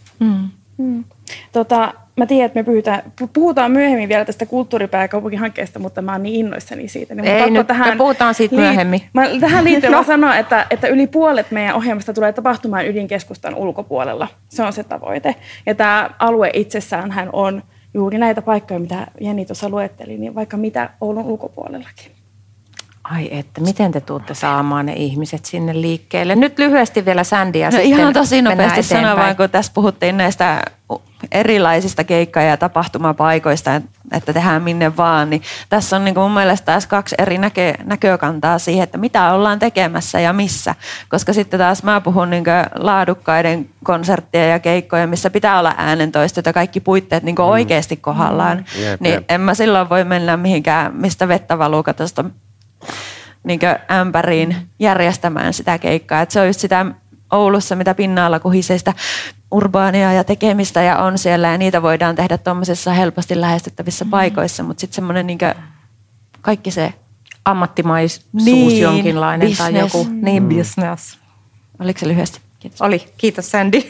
Mä tiedän, että me puhutaan myöhemmin vielä tästä kulttuuripääkaupunkihankkeesta, mutta mä oon niin innoissani siitä. Niin ei nyt, me puhutaan siitä myöhemmin. Tähän liittyen mä sanon, että yli puolet meidän ohjelmasta tulee tapahtumaan ydinkeskustan ulkopuolella. Se on se tavoite. Ja tämä alue itsessäänhän on juuri näitä paikkoja, mitä Jenni tuossa luetteli, niin vaikka mitä Oulun ulkopuolellakin. Ai että, miten te tuutte saamaan ne ihmiset sinne liikkeelle? Nyt lyhyesti vielä Sandy ja sitten ihan tosi nopeasti sanoa vaan, kun tässä puhuttiin näistä erilaisista keikka- ja tapahtumapaikoista, että tehdään minne vaan, niin tässä on mun mielestä taas 2 eri näkökantaa siihen, että mitä ollaan tekemässä ja missä. Koska sitten taas mä puhun laadukkaiden konserttien ja keikkojen, missä pitää olla äänentoistot ja kaikki puitteet oikeasti kohdallaan. Niin en mä silloin voi mennä mihinkään, mistä vettä valuu katosta ämpäriin järjestämään sitä keikkaa. Et se on just sitä Oulussa, mitä pinna-alla kuhisee sitä urbaania ja tekemistä ja on siellä ja niitä voidaan tehdä tuommoisessa helposti lähestyttävissä paikoissa, mutta sitten semmoinen kaikki se ammattimaisuus jonkinlainen business. Tai joku business. Oliko se lyhyesti? Kiitos. Oli. Kiitos Sandy.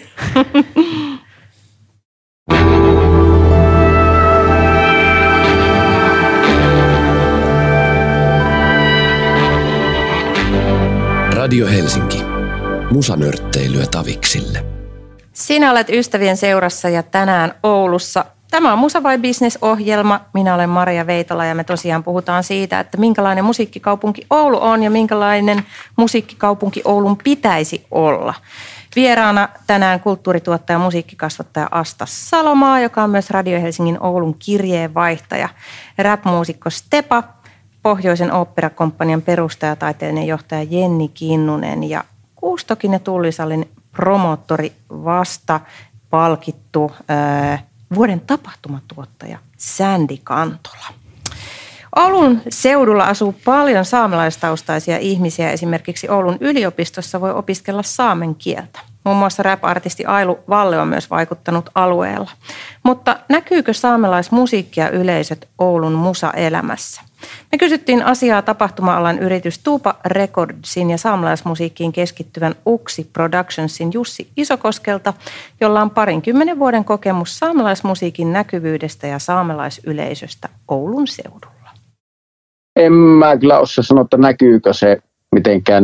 Radio Helsinki. Musanörtteilyä taviksille. Sinä olet ystävien seurassa ja tänään Oulussa. Tämä on Musa vai Business-ohjelma. Minä olen Maria Veitola ja me tosiaan puhutaan siitä, että minkälainen musiikkikaupunki Oulu on ja minkälainen musiikkikaupunki Oulun pitäisi olla. Vieraana tänään kulttuurituottaja ja musiikkikasvattaja Asta Salomaa, joka on myös Radio Helsingin Oulun kirjeenvaihtaja. Rap-muusikko Stepa, Pohjoisen oopperakomppanian perustaja, taiteellinen johtaja Jenni Kinnunen ja Kuustokin ja Tullisalin promoottori vasta palkittu vuoden tapahtumatuottaja Sandy Kantola. Oulun seudulla asuu paljon saamelaistaustaisia ihmisiä. Esimerkiksi Oulun yliopistossa voi opiskella saamen kieltä. Muun muassa rap-artisti Ailu Valle on myös vaikuttanut alueella. Mutta näkyykö saamelaismusiikkia yleisöt Oulun musaelämässä? Me kysyttiin asiaa tapahtuma-alan yritys Tuupa Recordsin ja saamelaismusiikkiin keskittyvän Uksi Productionsin Jussi Isokoskelta, jolla on 20 vuoden kokemus saamelaismusiikin näkyvyydestä ja saamelaisyleisöstä Oulun seudulla. En mä kyllä osaa sanoa, että näkyykö se mitenkään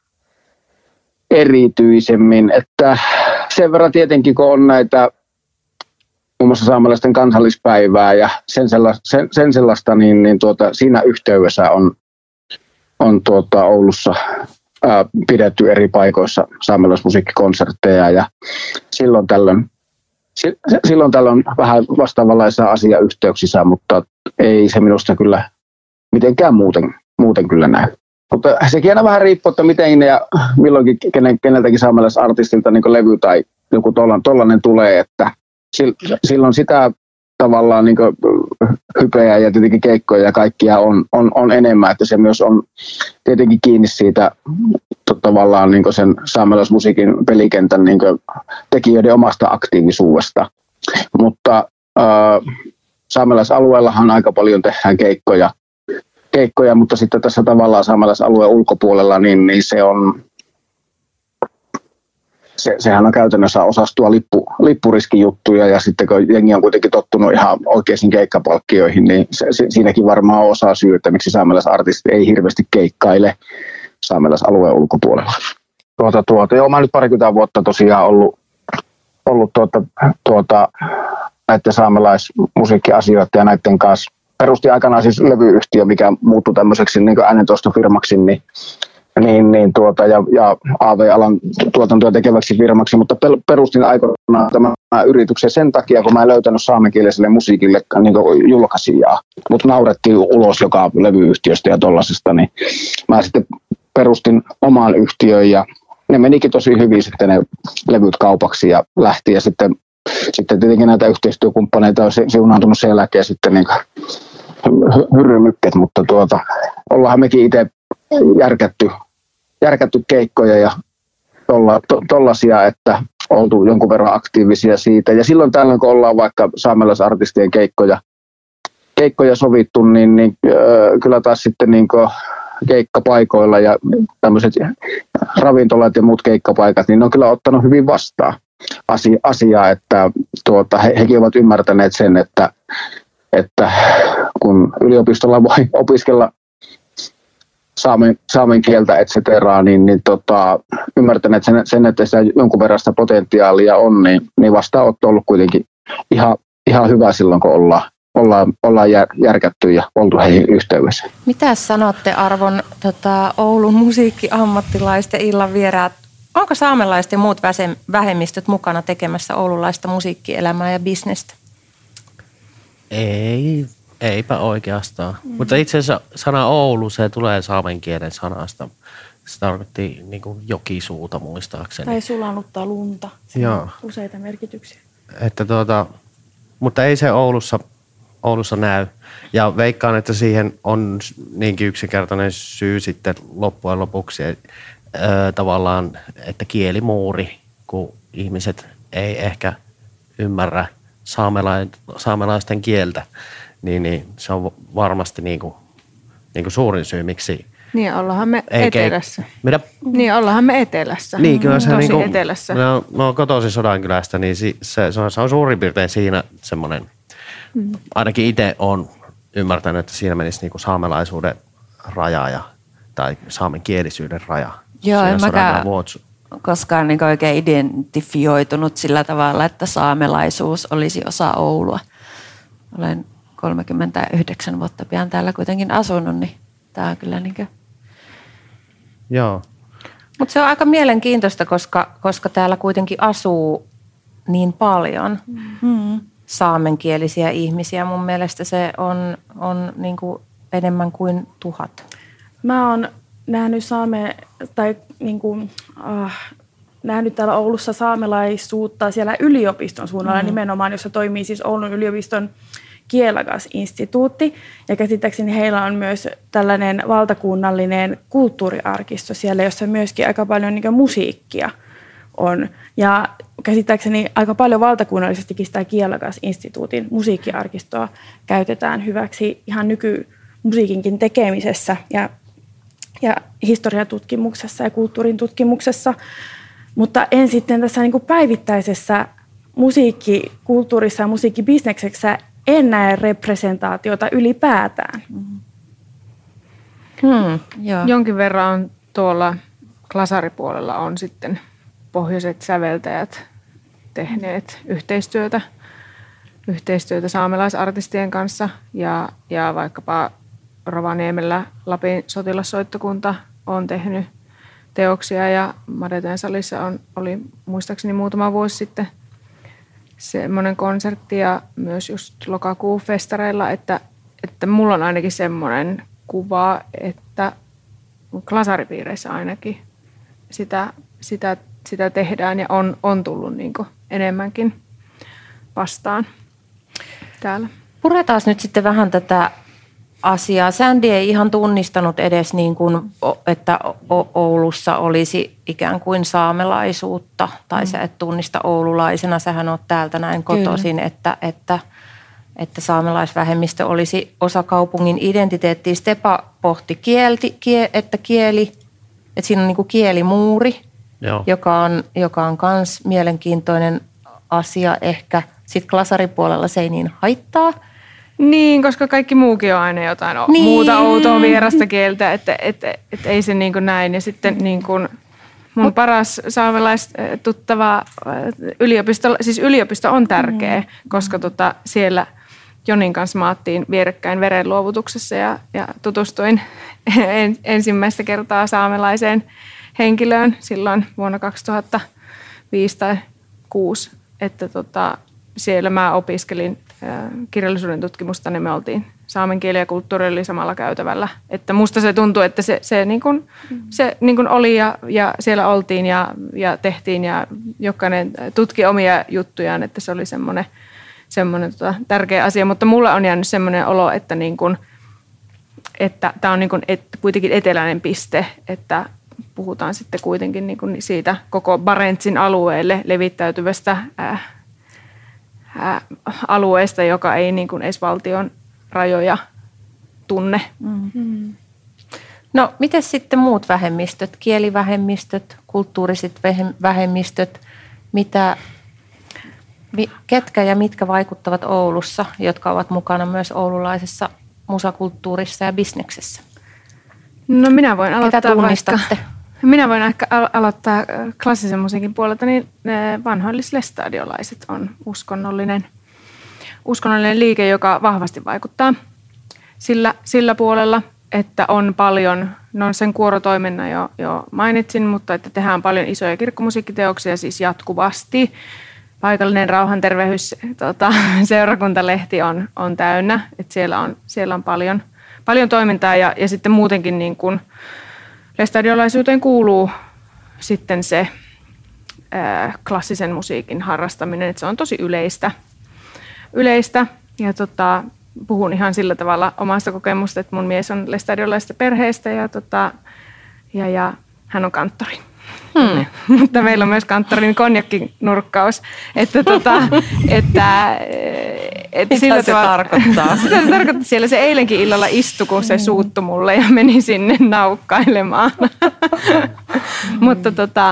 erityisemmin, että sen verran tietenkin kun on näitä muun muassa saamelaisten kansallispäivää ja sen sellaista, niin siinä yhteydessä on Oulussa pidetty eri paikoissa saamelaismusiikkikonsertteja ja silloin tällöin vähän vastaavanlaisia asiayhteyksissä, mutta ei se minusta kyllä mitenkään muuten kyllä näy. Mutta sekin aina vähän riippuu, että miten ja milloinkin keneltäkin saamelaisartistilta niin levy tai joku tollainen tulee, että silloin sitä tavallaan hypejä ja tietenkin keikkoja ja kaikkia on enemmän, että se myös on tietenkin kiinni siitä tavallaan sen saamelaismusiikin pelikentän tekijöiden omasta aktiivisuudesta. Mutta saamelaisalueellahan aika paljon tehdään keikkoja, mutta sitten tässä tavallaan saamelaisalueen ulkopuolella niin se on sehän on käytännössä osastua lippuriskijuttuja ja sitten kun jengi on kuitenkin tottunut ihan oikeisiin keikkapalkkioihin, niin siinäkin varmaan on osa syy, että miksi saamelaisartistit ei hirveästi keikkaile saamelaisalueen ulkopuolella. Joo, mä oon nyt 20 vuotta tosiaan ollut näiden saamelaismusiikkiasioiden ja näiden kanssa. Perustin aikanaan siis levyyhtiö, mikä muuttui tämmöiseksi niin äänentoistofirmaksi, ja AV-alan tuotantoa tekeväksi firmaksi, mutta perustin aikoinaan tämän yrityksen sen takia, kun mä en löytänyt saamenkieliselle musiikille niin julkaisijaa, mutta naurettiin ulos joka levyyhtiöstä ja tollasesta, niin mä sitten perustin oman yhtiön ja ne menikin tosi hyvin sitten ne levyt kaupaksi ja lähti ja sitten tietenkin näitä yhteistyökumppaneita on siunaantunut sen jälkeen sitten niin hyrrymykket, mutta ollaanhan mekin itse järkätty keikkoja ja tollaisia, että oltu jonkun verran aktiivisia siitä. Ja silloin tällöin, kun ollaan vaikka saamelaisartistien keikkoja sovittu, niin kyllä taas sitten niin keikkapaikoilla ja tämmöiset ravintolat ja muut keikkapaikat, niin ne on kyllä ottanut hyvin vastaan asiaa, että hekin ovat ymmärtäneet sen, että kun yliopistolla voi opiskella saamen kieltä et cetera, niin ymmärtäneet sen, että sitä jonkun verran sitä potentiaalia on, niin vastaanotto on ollut kuitenkin ihan hyvä silloin, kun ollaan järkätty ja oltu heihin yhteydessä. Mitä sanotte arvon Oulun musiikkiammattilaiset ja illan vieraat? Onko saamelaiset ja muut vähemmistöt mukana tekemässä oululaista musiikkielämää ja bisnestä? Eipä oikeastaan. Mutta itse asiassa sana Oulu, se tulee saamen kielen sanasta. Se tarkoitti niin kuin jokisuuta muistaakseni. Tai sulanutta lunta. Siinä on useita merkityksiä. Että mutta ei se Oulussa näy. Ja veikkaan, että siihen on niinkin yksinkertainen syy sitten loppujen lopuksi tavallaan, että kielimuuri, kun ihmiset ei ehkä ymmärrä saamelaisten kieltä, niin se on varmasti niin kuin suurin syy, miksi. Niin, ollaanhan me etelässä. Mitä? Niin, ollaanhan me etelässä. Niin, kyllä se tosi niin etelässä. Mä oon kotoisin Sodankylästä, niin se on suurin piirtein siinä semmoinen, ainakin itse olen ymmärtänyt, että siinä menisi niin kuin saamelaisuuden raja tai saamenkielisyyden raja. Joo, en mäkään koskaan niin oikein identifioitunut sillä tavalla, että saamelaisuus olisi osa Oulua. Olen 39 vuotta pian täällä kuitenkin asunut, niin tämä on kyllä niin kuin. Joo. Mutta se on aika mielenkiintoista, koska täällä kuitenkin asuu niin paljon saamenkielisiä ihmisiä. Mun mielestä se on niin kuin enemmän kuin 1000. Mä oon nähnyt nähnyt täällä Oulussa saamelaisuutta siellä yliopiston suunnalla nimenomaan, jossa toimii siis Oulun yliopiston Kielagas-instituutti. Ja käsittääkseni heillä on myös tällainen valtakunnallinen kulttuuriarkisto siellä, jossa myöskin aika paljon niin kuin musiikkia on. Ja käsittääkseni aika paljon valtakunnallisestikin sitä Kielagas-instituutin musiikkiarkistoa käytetään hyväksi ihan nykymusiikinkin tekemisessä ja historiatutkimuksessa ja kulttuurin tutkimuksessa. Mutta en sitten tässä niin kuin päivittäisessä musiikkikulttuurissa ja musiikkibisneksessä en näe representaatiota ylipäätään. Joo. Jonkin verran on tuolla klasaripuolella on sitten pohjoiset säveltäjät tehneet yhteistyötä saamelaisartistien kanssa ja vaikkapa Rovaniemellä Lapin sotilassoittokunta on tehnyt teoksia ja Madeten salissa oli muistaakseni muutama vuosi sitten semmoinen konsertti ja myös just lokakuun festareilla, että mulla on ainakin semmoinen kuva, että klasaripiireissä ainakin sitä tehdään ja on tullut niin kuin enemmänkin vastaan täällä. Puretaan nyt sitten vähän tätä asiaa. Sandy ei ihan tunnistanut edes niin kuin, että Oulussa olisi ikään kuin saamelaisuutta tai sä et tunnista oululaisena. Sähän oot täältä näin kotoisin, että saamelaisvähemmistö olisi osa kaupungin identiteettiä. Stepa pohti että siinä on niin kuin kielimuuri joka on kans mielenkiintoinen asia ehkä. Sitten glasaripuolella se ei niin haittaa. Niin, koska kaikki muukin on aina jotain muuta outoa vierasta kieltä, että ei se niin kuin näin. Ja sitten niin kuin mun paras saamelaistuttava yliopisto on tärkeä, koska siellä Jonin kanssa maattiin vierekkäin verenluovutuksessa ja tutustuin ensimmäistä kertaa saamelaiseen henkilöön silloin vuonna 2005 tai 2006, että siellä mä opiskelin kirjallisuuden tutkimusta, niin me oltiin saamen kieli ja kulttuuri oli samalla käytävällä. Että musta se tuntui, että se niin kuin oli ja siellä oltiin ja tehtiin ja jokainen tutki omia juttujaan, että se oli semmoinen tärkeä asia. Mutta mulla on jäänyt semmoinen olo, että tämä on niin kuin kuitenkin eteläinen piste, että puhutaan sitten kuitenkin niin kuin siitä koko Barentsin alueelle levittäytyvästä alueesta, joka ei niin kuin edes valtion rajoja tunne. No, miten sitten muut vähemmistöt, kielivähemmistöt, kulttuuriset vähemmistöt, ketkä ja mitkä vaikuttavat Oulussa, jotka ovat mukana myös oululaisessa musakulttuurissa ja bisneksessä? No minä voin aloittaa ketä tunnistatte? Minä voin ehkä aloittaa klassisen musiikin puolelta, niin vanhoillislestadiolaiset on uskonnollinen liike, joka vahvasti vaikuttaa sillä puolella, että on paljon, no sen kuorotoiminnan jo mainitsin, mutta että tehdään paljon isoja kirkkomusiikkiteoksia siis jatkuvasti. Paikallinen rauhantervehdys seurakuntalehti on täynnä, että siellä on paljon toimintaa ja sitten muutenkin niin kuin lestadiolaisuuteen kuuluu sitten se klassisen musiikin harrastaminen, että se on tosi yleistä. Ja puhun ihan sillä tavalla omasta kokemusta, että mun mies on lestadiolaisesta perheestä ja hän on kanttori. Mutta meillä on myös kanttorin konjakkinurkkaus. Mitä sillä se tarkoittaa? Sitä se tarkoittaa. Siellä se eilenkin illalla istui, kun se suuttui mulle ja meni sinne naukkailemaan. Mutta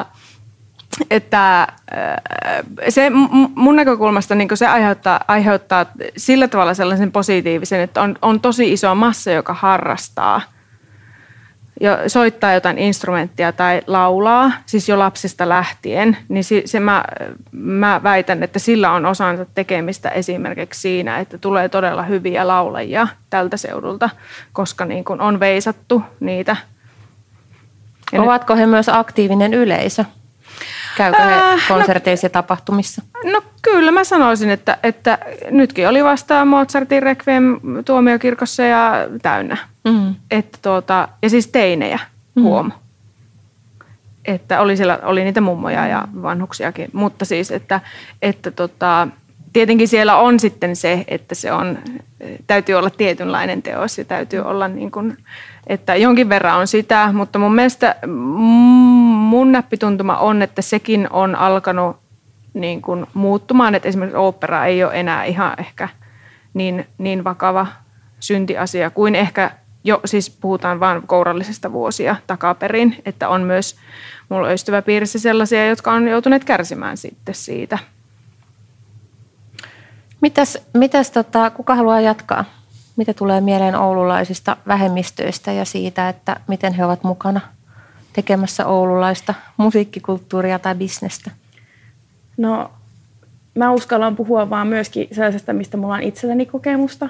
että se mun näkökulmasta niin se aiheuttaa sillä tavalla sellaisen positiivisen, että on tosi iso massa, joka harrastaa ja soittaa jotain instrumenttia tai laulaa, siis jo lapsista lähtien, niin mä väitän, että sillä on osansa tekemistä esimerkiksi siinä, että tulee todella hyviä laulajia tältä seudulta, koska niin kun on veisattu niitä. Ja ovatko he myös aktiivinen yleisö? Käykö he konserteissa ja tapahtumissa? No kyllä mä sanoisin, että nytkin oli vasta Mozartin Requiem tuomiokirkossa ja täynnä. Ja siis teinejä, huom. Että oli niitä mummoja ja vanhuksiakin, mutta siis, että tietenkin siellä on sitten se, että täytyy olla tietynlainen teos ja täytyy olla niin kuin, että jonkin verran on sitä, mutta mun mielestä mun näppituntuma on, että sekin on alkanut niin kuin muuttumaan, että esimerkiksi ooppera ei ole enää ihan ehkä niin vakava syntiasia kuin ehkä siis puhutaan vain kourallisesta vuosia takaperin, että on myös mulla ystäväpiirissä sellaisia, jotka on joutuneet kärsimään sitten siitä. Mitäs kuka haluaa jatkaa? Mitä tulee mieleen oululaisista vähemmistöistä ja siitä, että miten he ovat mukana tekemässä oululaista musiikkikulttuuria tai bisnestä? No, mä uskallan puhua vaan myöskin sellaisesta, mistä mulla on itselläni kokemusta.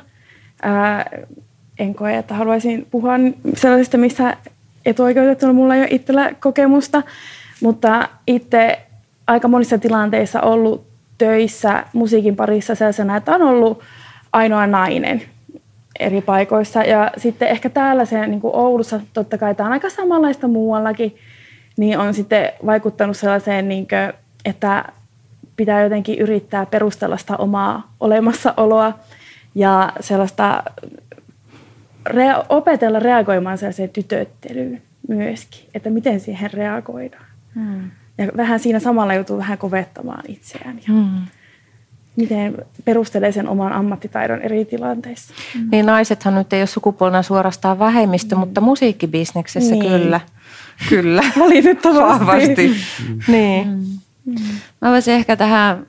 En koe, että haluaisin puhua sellaisesta, missä etuoikeutettuna mulla ei ole itsellä kokemusta, mutta itse aika monissa tilanteissa ollut töissä musiikin parissa sellaisena, että on ollut ainoa nainen eri paikoissa. Ja sitten ehkä täällä se niin kuin Oulussa, totta kai tämä on aika samanlaista muuallakin, niin on sitten vaikuttanut sellaiseen, niin kuin, että pitää jotenkin yrittää perustella sitä omaa olemassaoloa ja sellaista opetella reagoimaan sellaiseen tytöttelyyn myöskin, että miten siihen reagoidaan. Ja vähän siinä samalla joutuu vähän kovettamaan itseään. Ja miten perustelee sen oman ammattitaidon eri tilanteissa. Niin naisethan nyt ei ole sukupuolena suorastaan vähemmistö, mutta musiikkibisneksessä kyllä. Kyllä. Valitettavasti. Vahvasti. Niin. Mä voisin ehkä tähän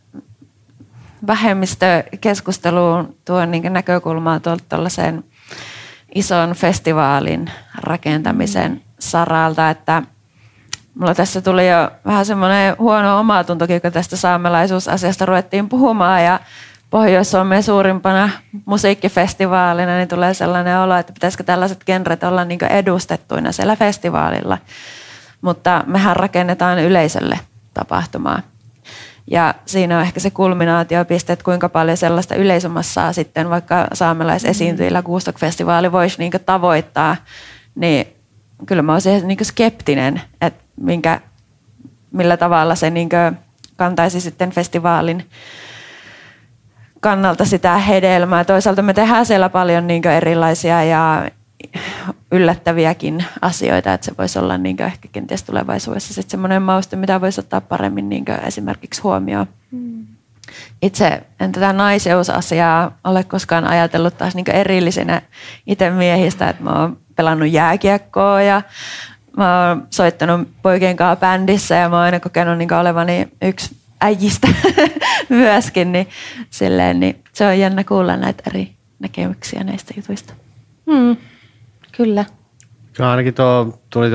vähemmistökeskusteluun tuon niin näkökulmaa tuollaiseen ison festivaalin rakentamisen saralta, että mulla tässä tuli jo vähän semmoinen huono omatuntokin, kun tästä saamelaisuusasiasta ruvettiin puhumaan ja Pohjois-Suomen suurimpana musiikkifestivaalina, niin tulee sellainen olo, että pitäisikö tällaiset genret olla niin edustettuina siellä festivaalilla. Mutta mehän rakennetaan yleisölle tapahtumaa. Ja siinä on ehkä se kulminaatiopiste, että kuinka paljon sellaista yleisömassaa sitten vaikka saamelaisesiintyjillä Gostock-festivaali voisi niin tavoittaa, niin kyllä mä olisin niin skeptinen, että millä tavalla se niin kantaisi sitten festivaalin kannalta sitä hedelmää. Toisaalta me tehdään siellä paljon niin erilaisia ja yllättäviäkin asioita, että se voisi olla niin ehkä kenties tulevaisuudessa sitten semmoinen mauste, mitä voisi ottaa paremmin niin esimerkiksi huomioon. Itse en tätä naiseusasiaa ole koskaan ajatellut taas niin erillisenä itse miehistä, että mä oon pelannut jääkiekkoa ja mä oon soittanut poikien kanssa bändissä ja mä oon aina kokenut niin olevani yksi äijistä myöskin, niin se on jännä kuulla näitä eri näkemyksiä näistä jutuista. Kyllä. Kyllä ainakin tuli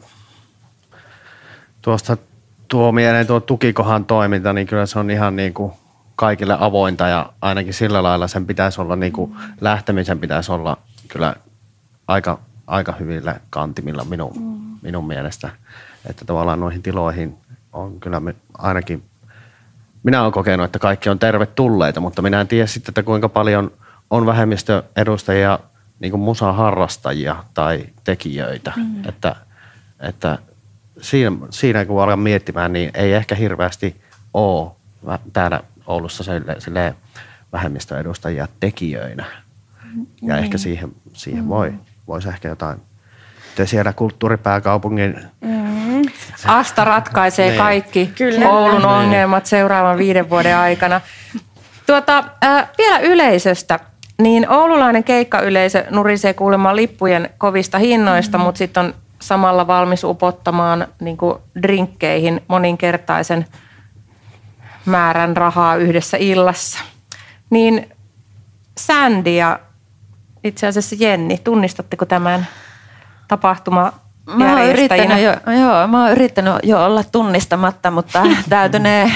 tuo mieleen tuo tukikohan toiminta, niin kyllä se on ihan niin kuin kaikille avointa ja ainakin sillä lailla sen pitäisi olla niin kuin lähtemisen pitäisi olla kyllä aika hyvillä kantimilla minun mielestä. Että tavallaan noihin tiloihin on kyllä ainakin, minä olen kokenut, että kaikki on tervetulleita, mutta minä en tiedä sitten, että kuinka paljon on vähemmistöedustajia niin kuin musaharrastajia tai tekijöitä. Että siinä kun alkaa miettimään, niin ei ehkä hirveästi ole täällä Oulussa silleen vähemmistöedustajia tekijöinä. Ja ehkä siihen voisi ehkä jotain. Te siellä kulttuuripääkaupungin... Asta ratkaisee kaikki Kyllä. Oulun ongelmat seuraavan 5 vuoden aikana. Vielä yleisöstä. Niin oululainen keikkayleisö nurisee kuulemma lippujen kovista hinnoista, mutta sitten on samalla valmis upottamaan niin kuin drinkkeihin moninkertaisen määrän rahaa yhdessä illassa. Niin Sandy ja itse asiassa Jenni, tunnistatteko tämän tapahtumajärjestäjänä? Mä oon yrittänyt jo olla tunnistamatta, mutta täytynee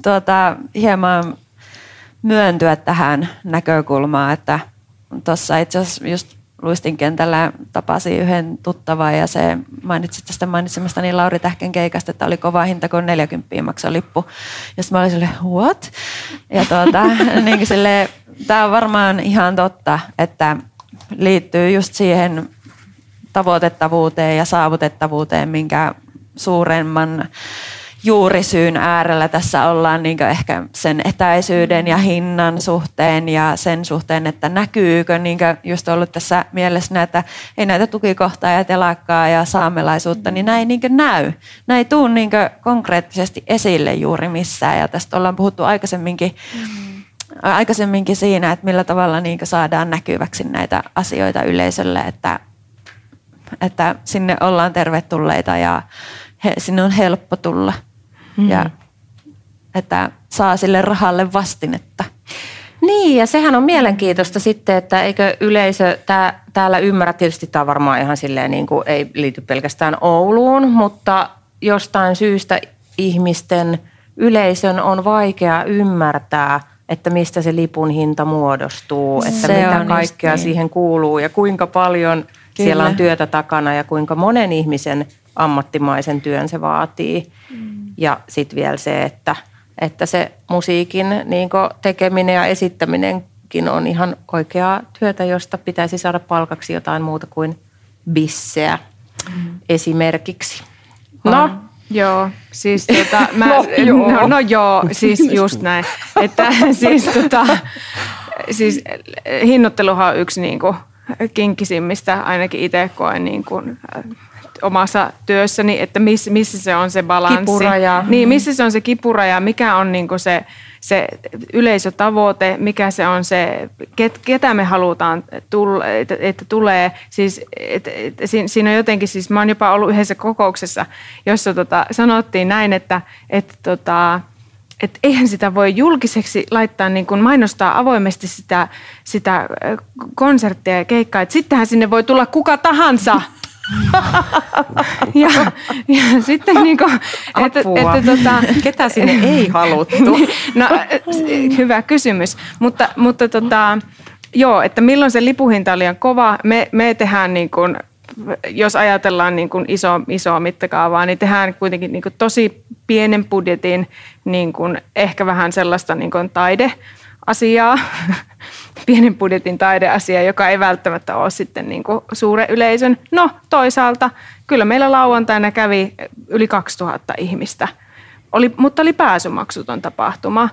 hieman myöntyä tähän näkökulmaan, että tuossa itse asiassa just Luistin kentällä tapasin yhden tuttavan ja se mainitsi tästä mainitsemastani Lauri Tähkän keikasta, että oli kova hinta, kun 40 maksoi lippu. Ja sitten mä olin silleen, what? Ja niin silleen, tää on varmaan ihan totta, että liittyy just siihen tavoitettavuuteen ja saavutettavuuteen, minkä suuremman juurisyyn äärellä tässä ollaan niin ehkä sen etäisyyden ja hinnan suhteen ja sen suhteen, että näkyykö, niin just ollut tässä mielessä, että ei näitä tukikohtaa ja telakkaa ja saamelaisuutta, niin näin niin näy. Näin ei tule niin konkreettisesti esille juuri missään ja tästä ollaan puhuttu aikaisemminkin siinä, että millä tavalla niin saadaan näkyväksi näitä asioita yleisölle, että sinne ollaan tervetulleita ja sinne on helppo tulla ja että saa sille rahalle vastinetta. Niin, ja sehän on mielenkiintoista sitten, että eikö yleisö täällä ymmärrä, tietysti tämä varmaan ihan silleen niin kuin ei liity pelkästään Ouluun, mutta jostain syystä ihmisten yleisön on vaikea ymmärtää, että mistä se lipun hinta muodostuu, että mitä kaikkea niin siihen kuuluu ja kuinka paljon siellä on työtä takana ja kuinka monen ihmisen ammattimaisen työn se vaatii. Ja sitten vielä se, että se musiikin niin tekeminen ja esittäminenkin on ihan oikeaa työtä, josta pitäisi saada palkaksi jotain muuta kuin bisseä esimerkiksi. No, joo, siis siis just näin. Että siis hinnoitteluhan on yksi niinku kinkkisimmistä, ainakin itse koen niin kuin omassa työssäni, että missä se on se balanssi. Kipuraja. Niin, missä se on se kipuraja, mikä on niin kuin se yleisötavoite, mikä se on se, ketä me halutaan, että tulee. Siis, siinä on jotenkin, siis mä oon jopa ollut yhdessä kokouksessa, jossa sanottiin näin, että eihän sitä voi julkiseksi laittaa, niin kuin mainostaa avoimesti sitä konserttia ja keikkaa, että sittenhän sinne voi tulla kuka tahansa. ja sitten niin kuin, ketä sinne ei haluttu? No, hyvä kysymys, mutta joo, että milloin se lipuhinta on liian kova, me tehdään niin kuin, jos ajatellaan niin kuin isoa mittakaavaa, niin tehdään kuitenkin niin kuin tosi pienen budjetin, niin kuin ehkä vähän sellaista niin kuin taideasiaa, pienen budjetin taideasiaa, joka ei välttämättä ole sitten niin kuin suuren yleisön. No toisaalta kyllä meillä lauantaina kävi yli 2000 ihmistä, mutta oli pääsymaksuton tapahtuma,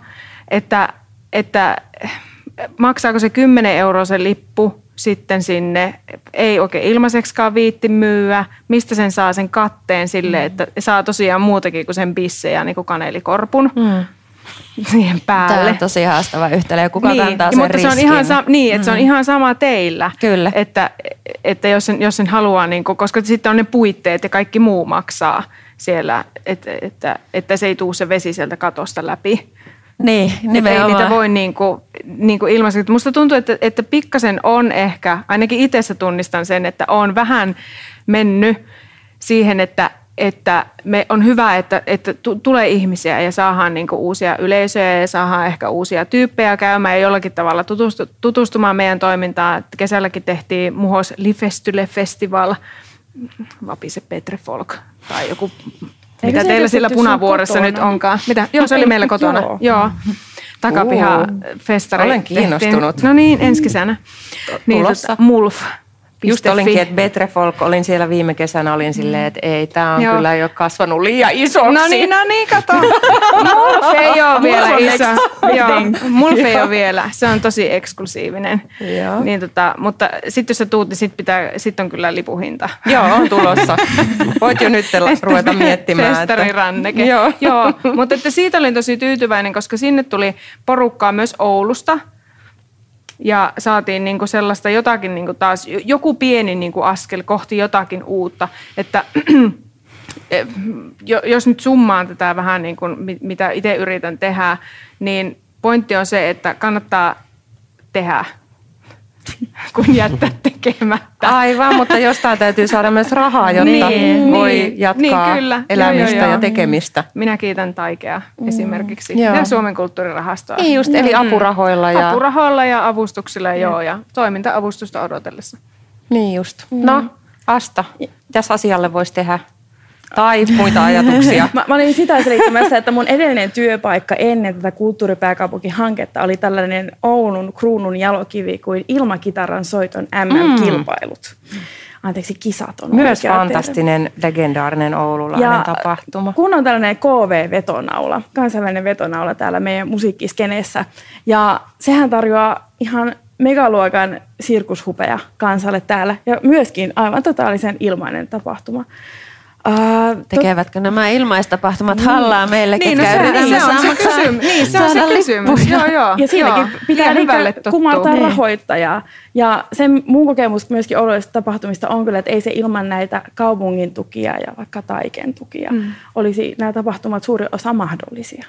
että maksaako se 10 € se lippu, sitten sinne ei oikein ilmaiseksikaan viitti myyä, mistä sen saa sen katteen sille, että saa tosiaan muutakin kuin sen bissejä, niin kuin kanelikorpun siihen päälle. Tämä on tosi haastava yhtälö ja kuka kantaa sen mutta riskin. Se on ihan että se on ihan sama teillä. Kyllä. Että jos sen haluaa, niin kuin, koska sitten on ne puitteet ja kaikki muu maksaa siellä, että se ei tule se vesi sieltä katosta läpi. Niin, nimenomaan. Ei niitä voi niin kuin ilmaiseksi. Musta tuntuu, että pikkasen on ehkä, ainakin itse tunnistan sen, että on vähän mennyt siihen, että me on hyvä, että tulee ihmisiä ja saadaan niin kuin uusia yleisöjä ja saadaan ehkä uusia tyyppejä käymään ja jollakin tavalla tutustumaan meidän toimintaan. Kesälläkin tehtiin Muhos Lifestyle Festival, Vapise Petre Folk tai joku. Mitä teillä sillä Punavuoressa nyt onkaan? Mitä? Joo, se oli meillä kotona. Joo. Takapiha-festari. Olen kiinnostunut. No niin, ensi kesänä. Niin, Mulf. Just olinkin, että Betre Folk, olin siellä viime kesänä, olin silleen, että ei, tämä on kyllä jo kasvanut liian isoksi. No niin, kato. Mulf ei ole vielä iso. Mulf ei ole vielä. Se on tosi eksklusiivinen. Niin, mutta sitten jos sä tuut, niin sit on kyllä lipuhinta. Joo, on tulossa. Voit jo nyt ruveta miettimään. Festariranneke. Joo, mutta että siitä olin tosi tyytyväinen, koska sinne tuli porukkaa myös Oulusta. Ja saatiin niinku sellaista jotakin niinku taas, joku pieni niinku askel kohti jotakin uutta, että jos nyt summaan tätä vähän niin kuin, mitä itse yritän tehdä, niin pointti on se, että kannattaa tehdä, kun jättää tekemättä. Aivan, mutta jostain täytyy saada myös rahaa, jotta voi jatkaa elämistä ja tekemistä. Minä kiitän Taikea esimerkiksi ja Suomen kulttuurirahastoa. Niin just, eli apurahoilla. Apurahoilla ja avustuksilla ja toiminta-avustusta odotellessa. Niin just. No, Asta, mitäs asialle voisi tehdä? Tai muita ajatuksia. Mä olin sitä selittämässä, että mun edellinen työpaikka ennen tätä kulttuuripääkaupunkihanketta oli tällainen Oulun kruunun jalokivi kuin ilmakitaran soiton MM-kilpailut. Anteeksi, kisat on myös fantastinen, legendaarinen oululainen tapahtuma. Kun on tällainen KV-vetonaula, kansainvälinen vetonaula täällä meidän musiikkiskeneessä, ja sehän tarjoaa ihan megaluokan sirkushupeja kansalle täällä, ja myöskin aivan totaalisen ilmainen tapahtuma. Tekevätkö nämä ilmaistapahtumat hallaa meille, ketkä yritämme se on se kysymys. Joo. Ja siinäkin pitää kumartaa rahoittajaa. Ja sen mun kokemus myöskin oloisista tapahtumista on kyllä, että ei se ilman näitä kaupungin tukia ja vaikka Taiken tukia olisi nämä tapahtumat suuri osa mahdollisia.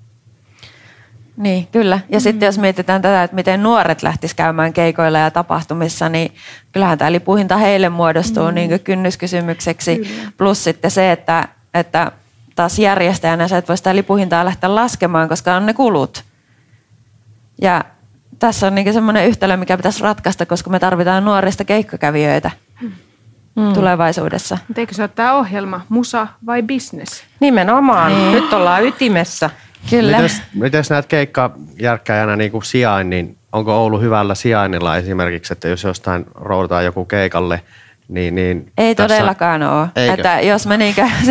Niin, kyllä. Ja sitten jos mietitään tätä, että miten nuoret lähtis käymään keikoilla ja tapahtumissa, niin kyllähän tämä lipuhinta heille muodostuu niin kynnyskysymykseksi. Kyllä. Plus sitten se, että taas järjestäjänä sä et voi sitä lipuhintaa lähteä laskemaan, koska on ne kulut. Ja tässä on niin semmoinen yhtälö, mikä pitäisi ratkaista, koska me tarvitaan nuorista keikkakävijöitä tulevaisuudessa. Eikö se ole tämä ohjelma, musa vai business? Nimenomaan. Niin. Nyt ollaan ytimessä. Kyllä. Mites näet keikkajärkkäjänä niin kuin sijainnin? Onko Oulu hyvällä sijainnilla esimerkiksi, että jos jostain roudataan joku keikalle, niin ei tässä todellakaan ole. Että jos me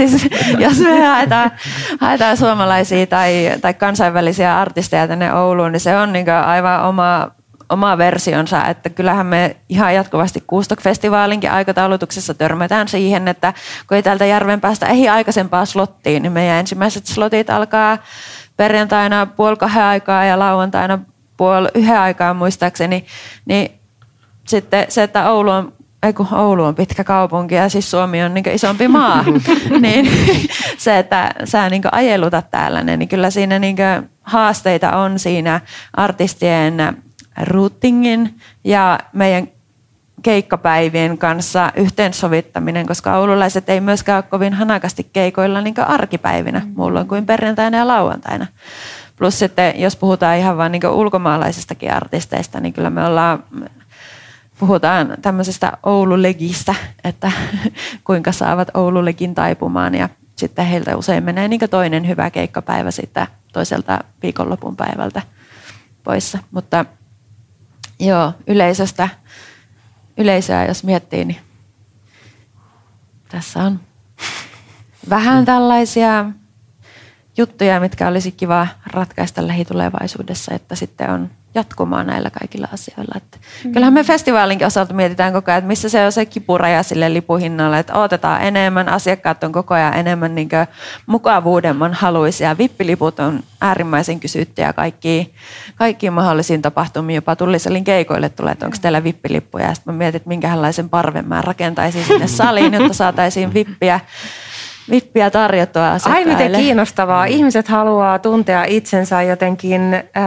haetaan suomalaisia tai kansainvälisiä artisteja tänne Ouluun, niin se on niin aivan oma versionsa, että kyllähän me ihan jatkuvasti Kuustok-festivaalinkin aikataulutuksessa törmätään siihen, että kun ei täältä Järvenpäästä ehdi aikaisempaa slottiin, niin meidän ensimmäiset slotit alkaa perjantaina 1:30 aikaa ja lauantaina 1:30 aikaa muistaakseni, niin sitten se, että Oulu on pitkä kaupunki ja siis Suomi on niin isompi maa, niin se, että sä niin ajelutat täällä, niin kyllä siinä niin haasteita on siinä artistien routingin ja meidän keikkapäivien kanssa yhteensovittaminen, koska oululaiset ei myöskään ole kovin hanakasti keikoilla niin arkipäivinä, muulloin kuin perjantaina ja lauantaina. Plus sitten, jos puhutaan ihan vain niin ulkomaalaisistakin artisteista, niin kyllä puhutaan tämmöisestä Oululegistä, että kuinka saavat Oululegin taipumaan ja sitten heiltä usein menee niin toinen hyvä keikkapäivä sitten toiselta viikonlopun päivältä poissa. Mutta joo, yleisöä jos miettii, niin tässä on vähän tällaisia juttuja, mitkä olisi kiva ratkaista lähitulevaisuudessa, että sitten on jatkumaan näillä kaikilla asioilla. Että kyllähän me festivaalinkin osalta mietitään koko ajan, että missä se on se kipuraja sille lipuhinnalle, että odotetaan enemmän, asiakkaat on koko ajan enemmän niin mukavuudemman haluisia. Vippiliput on äärimmäisen kysyttyjä kaikkiin mahdollisiin tapahtumiin, jopa Tullisalin keikoille tulee, että onko teillä vippilippuja. Ja sitten mä mietin, että minkälaisen parven mä rakentaisin sinne saliin, jotta saataisiin vippiä tarjottua asiakkaille. Ai miten kiinnostavaa. Ihmiset haluaa tuntea itsensä jotenkin,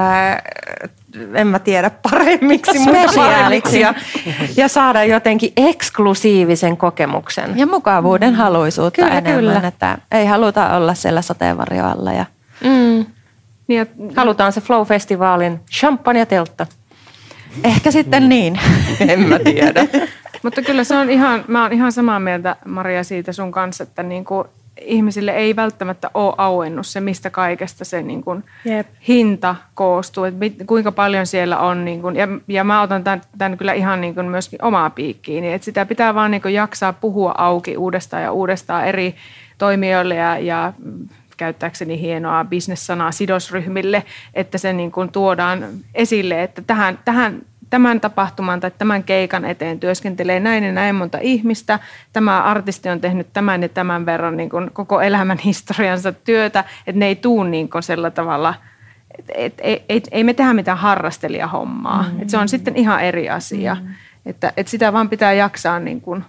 en mä tiedä, paremmiksi, mutta paremmiksi ja saada jotenkin eksklusiivisen kokemuksen. Ja mukavuuden haluisuutta kyllä, enemmän, kyllä. Että ei haluta olla siellä sateenvarjon alla. Ja Niin, ja halutaan se Flow-festivaalin champagne-teltta. ehkä sitten niin. En mä tiedä. Mutta kyllä se on mä oon ihan samaa mieltä, Maria, siitä sun kanssa, että niin kuin ihmisille ei välttämättä ole auennut se, mistä kaikesta se niin kuin hinta koostuu, että kuinka paljon siellä on. Niin kuin, ja mä otan tämän kyllä ihan niin kuin myöskin omaa piikkiin, että sitä pitää vaan niin kuin jaksaa puhua auki uudestaan ja uudestaan eri toimijoille ja käyttääkseni hienoa business-sanaa sidosryhmille, että se niin kuin tuodaan esille, että tämän tapahtuman tai tämän keikan eteen työskentelee näin ja näin monta ihmistä. Tämä artisti on tehnyt tämän ja tämän verran niin kuin koko elämän historiansa työtä, että ne ei tule niin kuin sillä tavalla, että ei me tehdä mitään harrastelijahommaa. Että se on sitten ihan eri asia. Että sitä vaan pitää jaksaa niin kuin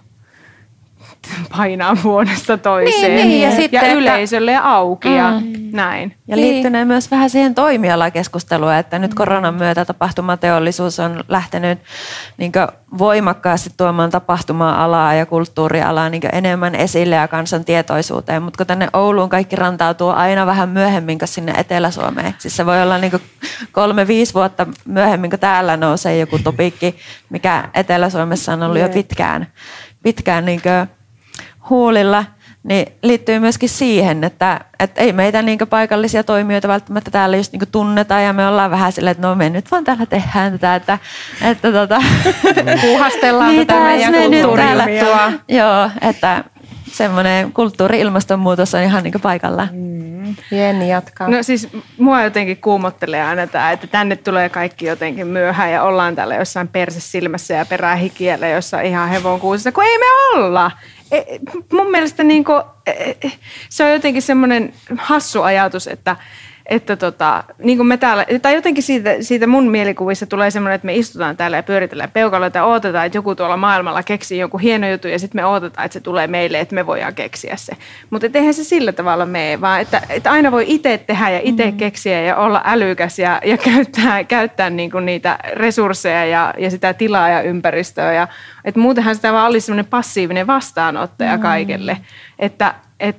painaa vuodesta toiseen Niin, ja yleisölle auki ja näin. Ja liittyneen myös vähän siihen toimialakeskusteluun, että nyt koronan myötä tapahtumateollisuus on lähtenyt niin voimakkaasti tuomaan tapahtuma-alaa ja kulttuurialaa niin enemmän esille ja kansan tietoisuuteen, mutta kun tänne Ouluun kaikki rantautuu aina vähän myöhemmin kuin sinne Etelä-Suomeen. Siis se voi olla niin 3-5 vuotta myöhemmin, kun täällä nousee joku topiikki, mikä Etelä-Suomessa on ollut jo pitkään niin huulilla, niin liittyy myöskin siihen, että ei meitä niin paikallisia toimijoita välttämättä täällä just niin tunneta ja me ollaan vähän silleen, että no me nyt vaan täällä tehdään tätä, että puuhastellaan tätä meidän kulttuurijuttua. Joo, että semmoinen kulttuuri-ilmastonmuutos on ihan niin paikallaan. Jenni jatkaa. No siis mua jotenkin kuumottelee aina tämä, että tänne tulee kaikki jotenkin myöhään ja ollaan täällä jossain persesilmässä ja perähikiellä, jossa ihan hevonkuusessa, kun ei me olla. Mun mielestä niin kuin, se on jotenkin semmoinen hassu ajatus, että niin kuin me täällä, tai jotenkin siitä mun mielikuvissa tulee semmoinen, että me istutaan täällä ja pyöritellään peukaloita ja odotetaan, että joku tuolla maailmalla keksii jonkun hieno jutun ja sitten me odotetaan, että se tulee meille, että me voidaan keksiä se. Mutta eihän se sillä tavalla mene, vaan että aina voi itse tehdä ja itse keksiä ja olla älykäs ja käyttää niin kuin niitä resursseja ja sitä tilaa ja ympäristöä. Ja, että muutenhan sitä vaan olisi semmoinen passiivinen vastaanottaja kaikelle. Että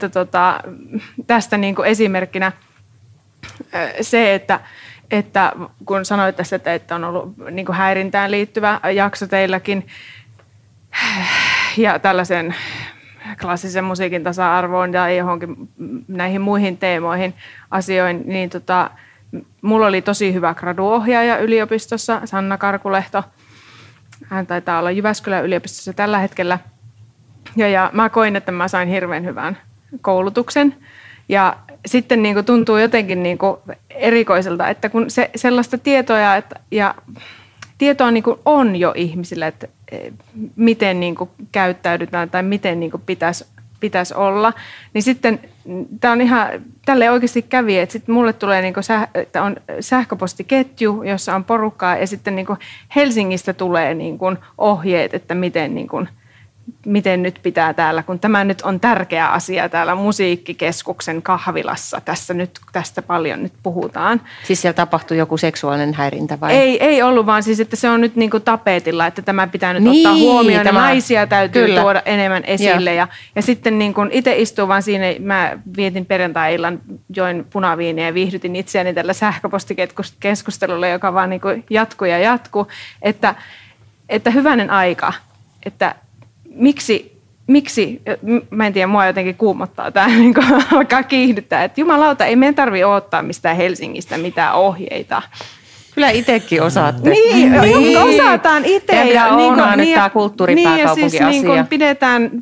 tästä niin kuin esimerkkinä se, että kun sanoit tästä, että on ollut niin kuin häirintään liittyvä jakso teilläkin ja tällaisen klassisen musiikin tasa-arvoon ja johonkin näihin muihin teemoihin asioihin, niin mulla oli tosi hyvä graduohjaaja yliopistossa, Sanna Karkulehto. Hän taitaa olla Jyväskylän yliopistossa tällä hetkellä. Ja mä koin, että mä sain hirveän hyvän koulutuksen. Ja sitten niin kuin tuntuu jotenkin niin kuin erikoiselta, että kun sellaista tietoa ja tietoa niin kuin on jo ihmisille, että miten niin kuin käyttäydytään tai miten niin kuin pitäisi olla, niin sitten tämä on ihan, tälleen oikeasti kävi, että sitten mulle tulee niin kuin on sähköpostiketju, jossa on porukkaa ja sitten niin kuin Helsingistä tulee niin kuin ohjeet, että miten nyt pitää täällä, kun tämä nyt on tärkeä asia täällä Musiikkikeskuksen kahvilassa. Tästä paljon nyt puhutaan. Siis siellä tapahtui joku seksuaalinen häirintä vai? Ei ollut, vaan siis, että se on nyt niin kuin tapetilla, että tämä pitää nyt ottaa huomioon. Naisia täytyy tuoda enemmän esille. Ja sitten niin kuin itse istuin vaan siinä, mä vietin perjantai-illan, join punaviiniä ja viihdytin itseäni tällä sähköpostikeskustelulla, joka vaan niin kuin jatkuu. Että hyvänen aika, että miksi, mä en tiedä, mua jotenkin kuumottaa tämä, niin alkaa kiihdyttää, että jumalauta, ei meidän tarvitse odottaa mistään Helsingistä mitään ohjeita. Kyllä itsekin osaatte. Niin. Osataan itse. Ja nyt tämä kulttuuripääkaupunki-asia. Niin, ja siis pidetään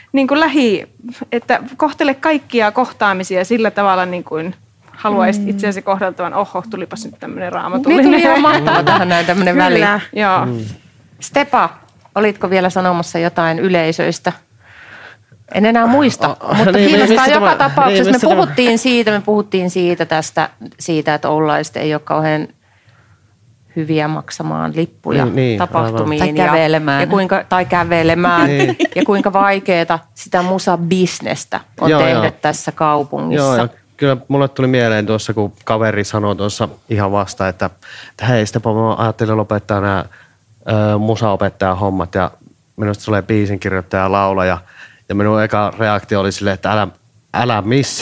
että kohtele kaikkia kohtaamisia sillä tavalla, niin kuin haluaisit itse asiassa kohdeltavan. Oho, tulipas nyt tämmöinen raamatullinen. Niin tuli ihan mahtava tähän näin tämmöinen väli. Joo. Stepa, olitko vielä sanomassa jotain yleisöistä? En enää muista, mutta kiinnostaa joka tapauksessa. Me puhuttiin siitä, että oululaiset ei ole kauhean hyviä maksamaan lippuja tapahtumiin. Tai kävelemään. Tai kävelemään. Ja kuinka vaikeaa sitä musabisnestä on tehdä tässä kaupungissa. Joo, ja kyllä mulle tuli mieleen tuossa, kun kaveri sanoi tuossa ihan vasta, että hei Stepa, mä ajattelin lopettaa nämä musaopettajan hommat ja minusta tulee biisinkirjoittaja ja laulaja. Ja minun eka reaktio oli silleen, että älä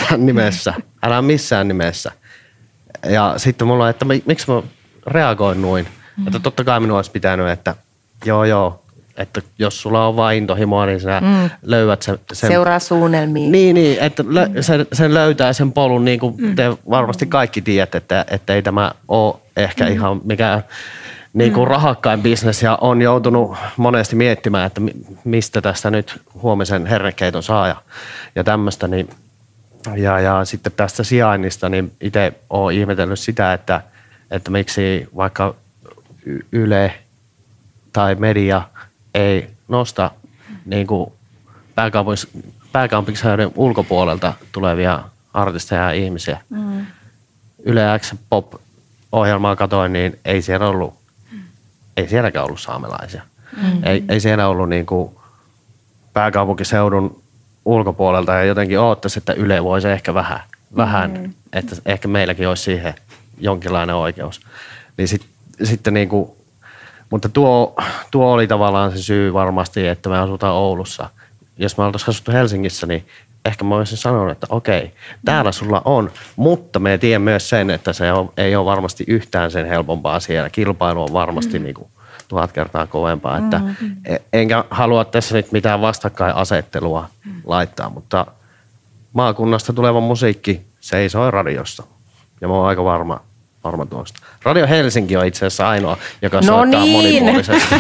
missään nimessä. Ja sitten mulla oli, että miksi mä reagoin noin. Että totta kai minun olisi pitänyt, että joo, että jos sulla on vain intohimoa, niin sinä löydät sen. Seuraa suunnelmiin. Niin, että sen löytää sen polun, niin kuin te varmasti kaikki tiedätte, että ei tämä ole ehkä ihan mikään niin kuin rahakkain bisnes ja on joutunut monesti miettimään, että mistä tästä nyt huomisen hernekeiton saa ja tämmöistä. Niin, ja sitten tästä sijainnista, niin itse olen ihmetellyt sitä, että miksi vaikka Yle tai media ei nosta niin kuin pääkaupunkiseudun ulkopuolelta tulevia artisteja ja ihmisiä. Yle X Pop-ohjelmaa katoin, niin ei sielläkään ollut saamelaisia. Ei siellä ollut niin kuin pääkaupunkiseudun ulkopuolelta ja jotenkin oottaisi, että Yle voisi ehkä vähän että ehkä meilläkin olisi siihen jonkinlainen oikeus. Niin sitten niin kuin, mutta tuo oli tavallaan se syy varmasti, että me asutaan Oulussa. Jos me oltaisiin asuttu Helsingissä, niin ehkä mä olisin sanonut, että okei, täällä sulla on, mutta me tiedän myös sen, että se ei ole varmasti yhtään sen helpompaa siellä. Kilpailu on varmasti niin kuin 1000 kertaa kovempaa. Että enkä halua tässä nyt mitään vastakkainasettelua laittaa, mutta maakunnasta tuleva musiikki seisoo radiossa. Ja mä oon aika varma tuosta. Radio Helsinki on itse asiassa ainoa, joka soittaa monipuolisesti.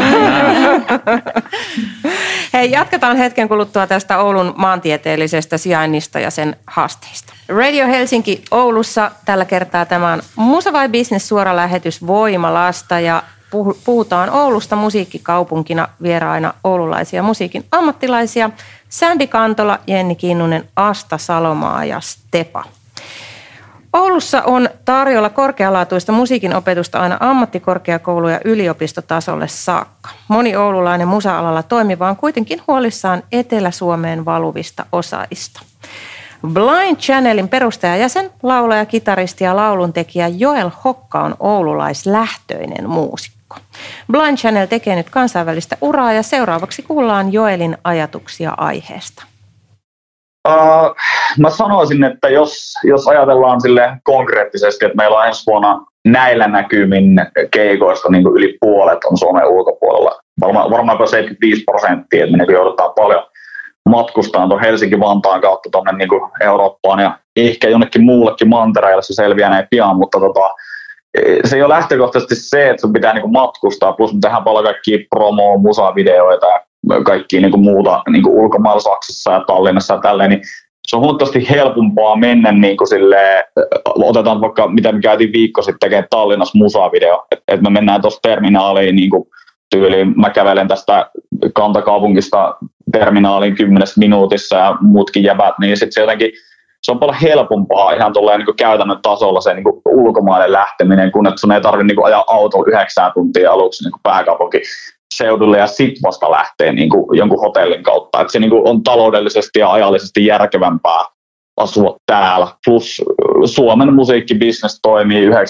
Hei, jatketaan hetken kuluttua tästä Oulun maantieteellisestä sijainnista ja sen haasteista. Radio Helsinki Oulussa. Tällä kertaa tämä on Musa vai Business suora lähetys Voimalasta ja puhutaan Oulusta musiikkikaupunkina, vieraina oululaisia musiikin ammattilaisia. Sandy Kantola, Jenni Kinnunen, Asta Salomaa ja Stepa. Oulussa on tarjolla korkealaatuista musiikin opetusta aina ammattikorkeakoulu- ja yliopistotasolle saakka. Moni oululainen musa-alalla toimiva on kuitenkin huolissaan Etelä-Suomeen valuvista osaajista. Blind Channelin perustajajäsen, laulaja, kitaristi ja lauluntekijä Joel Hokka on oululaislähtöinen muusikko. Blind Channel tekee nyt kansainvälistä uraa ja seuraavaksi kuullaan Joelin ajatuksia aiheesta. Mä sanoisin, että jos ajatellaan sille konkreettisesti, että meillä on ensi vuonna näillä näkymin keikoista niin kuin yli puolet on Suomen ulkopuolella. Varmaan 75%, että me joudutaan paljon matkustaan tuon Helsinki-Vantaan kautta tuonne niin kuin Eurooppaan ja ehkä jonnekin muullekin mantereille, se selviää pian, mutta se ei ole lähtökohtaisesti se, että sun pitää niin kuin matkustaa, plus me tehdään paljon kaikkia promo, musavideoita ja kaikkia niin kuin muuta niin kuin ulkomailla, Saksassa ja Tallinnassa ja tälleen, niin se on huomattavasti helpompaa mennä niin kuin silleen, otetaan vaikka mitä me käytiin viikko sitten tekemään Tallinnassa musavideo, että me mennään tuossa terminaaliin niin kuin tyyliin, mä kävelen tästä kantakaupungista terminaaliin 10 minuutissa ja muutkin jäbät, niin sitten se jotenkin, se on paljon helpompaa ihan tolleen niin kuin käytännön tasolla se niin kuin ulkomaille lähteminen, kun että sun ei tarvitse niin kuin ajaa autolla 9 tuntia aluksi niin kuin pääkaupunkiseudulle ja sit vasta lähtee niin kuin jonkun hotellin kautta. Että se niin kuin on taloudellisesti ja ajallisesti järkevämpää asua täällä. Plus Suomen musiikkibisnes toimii 97,8%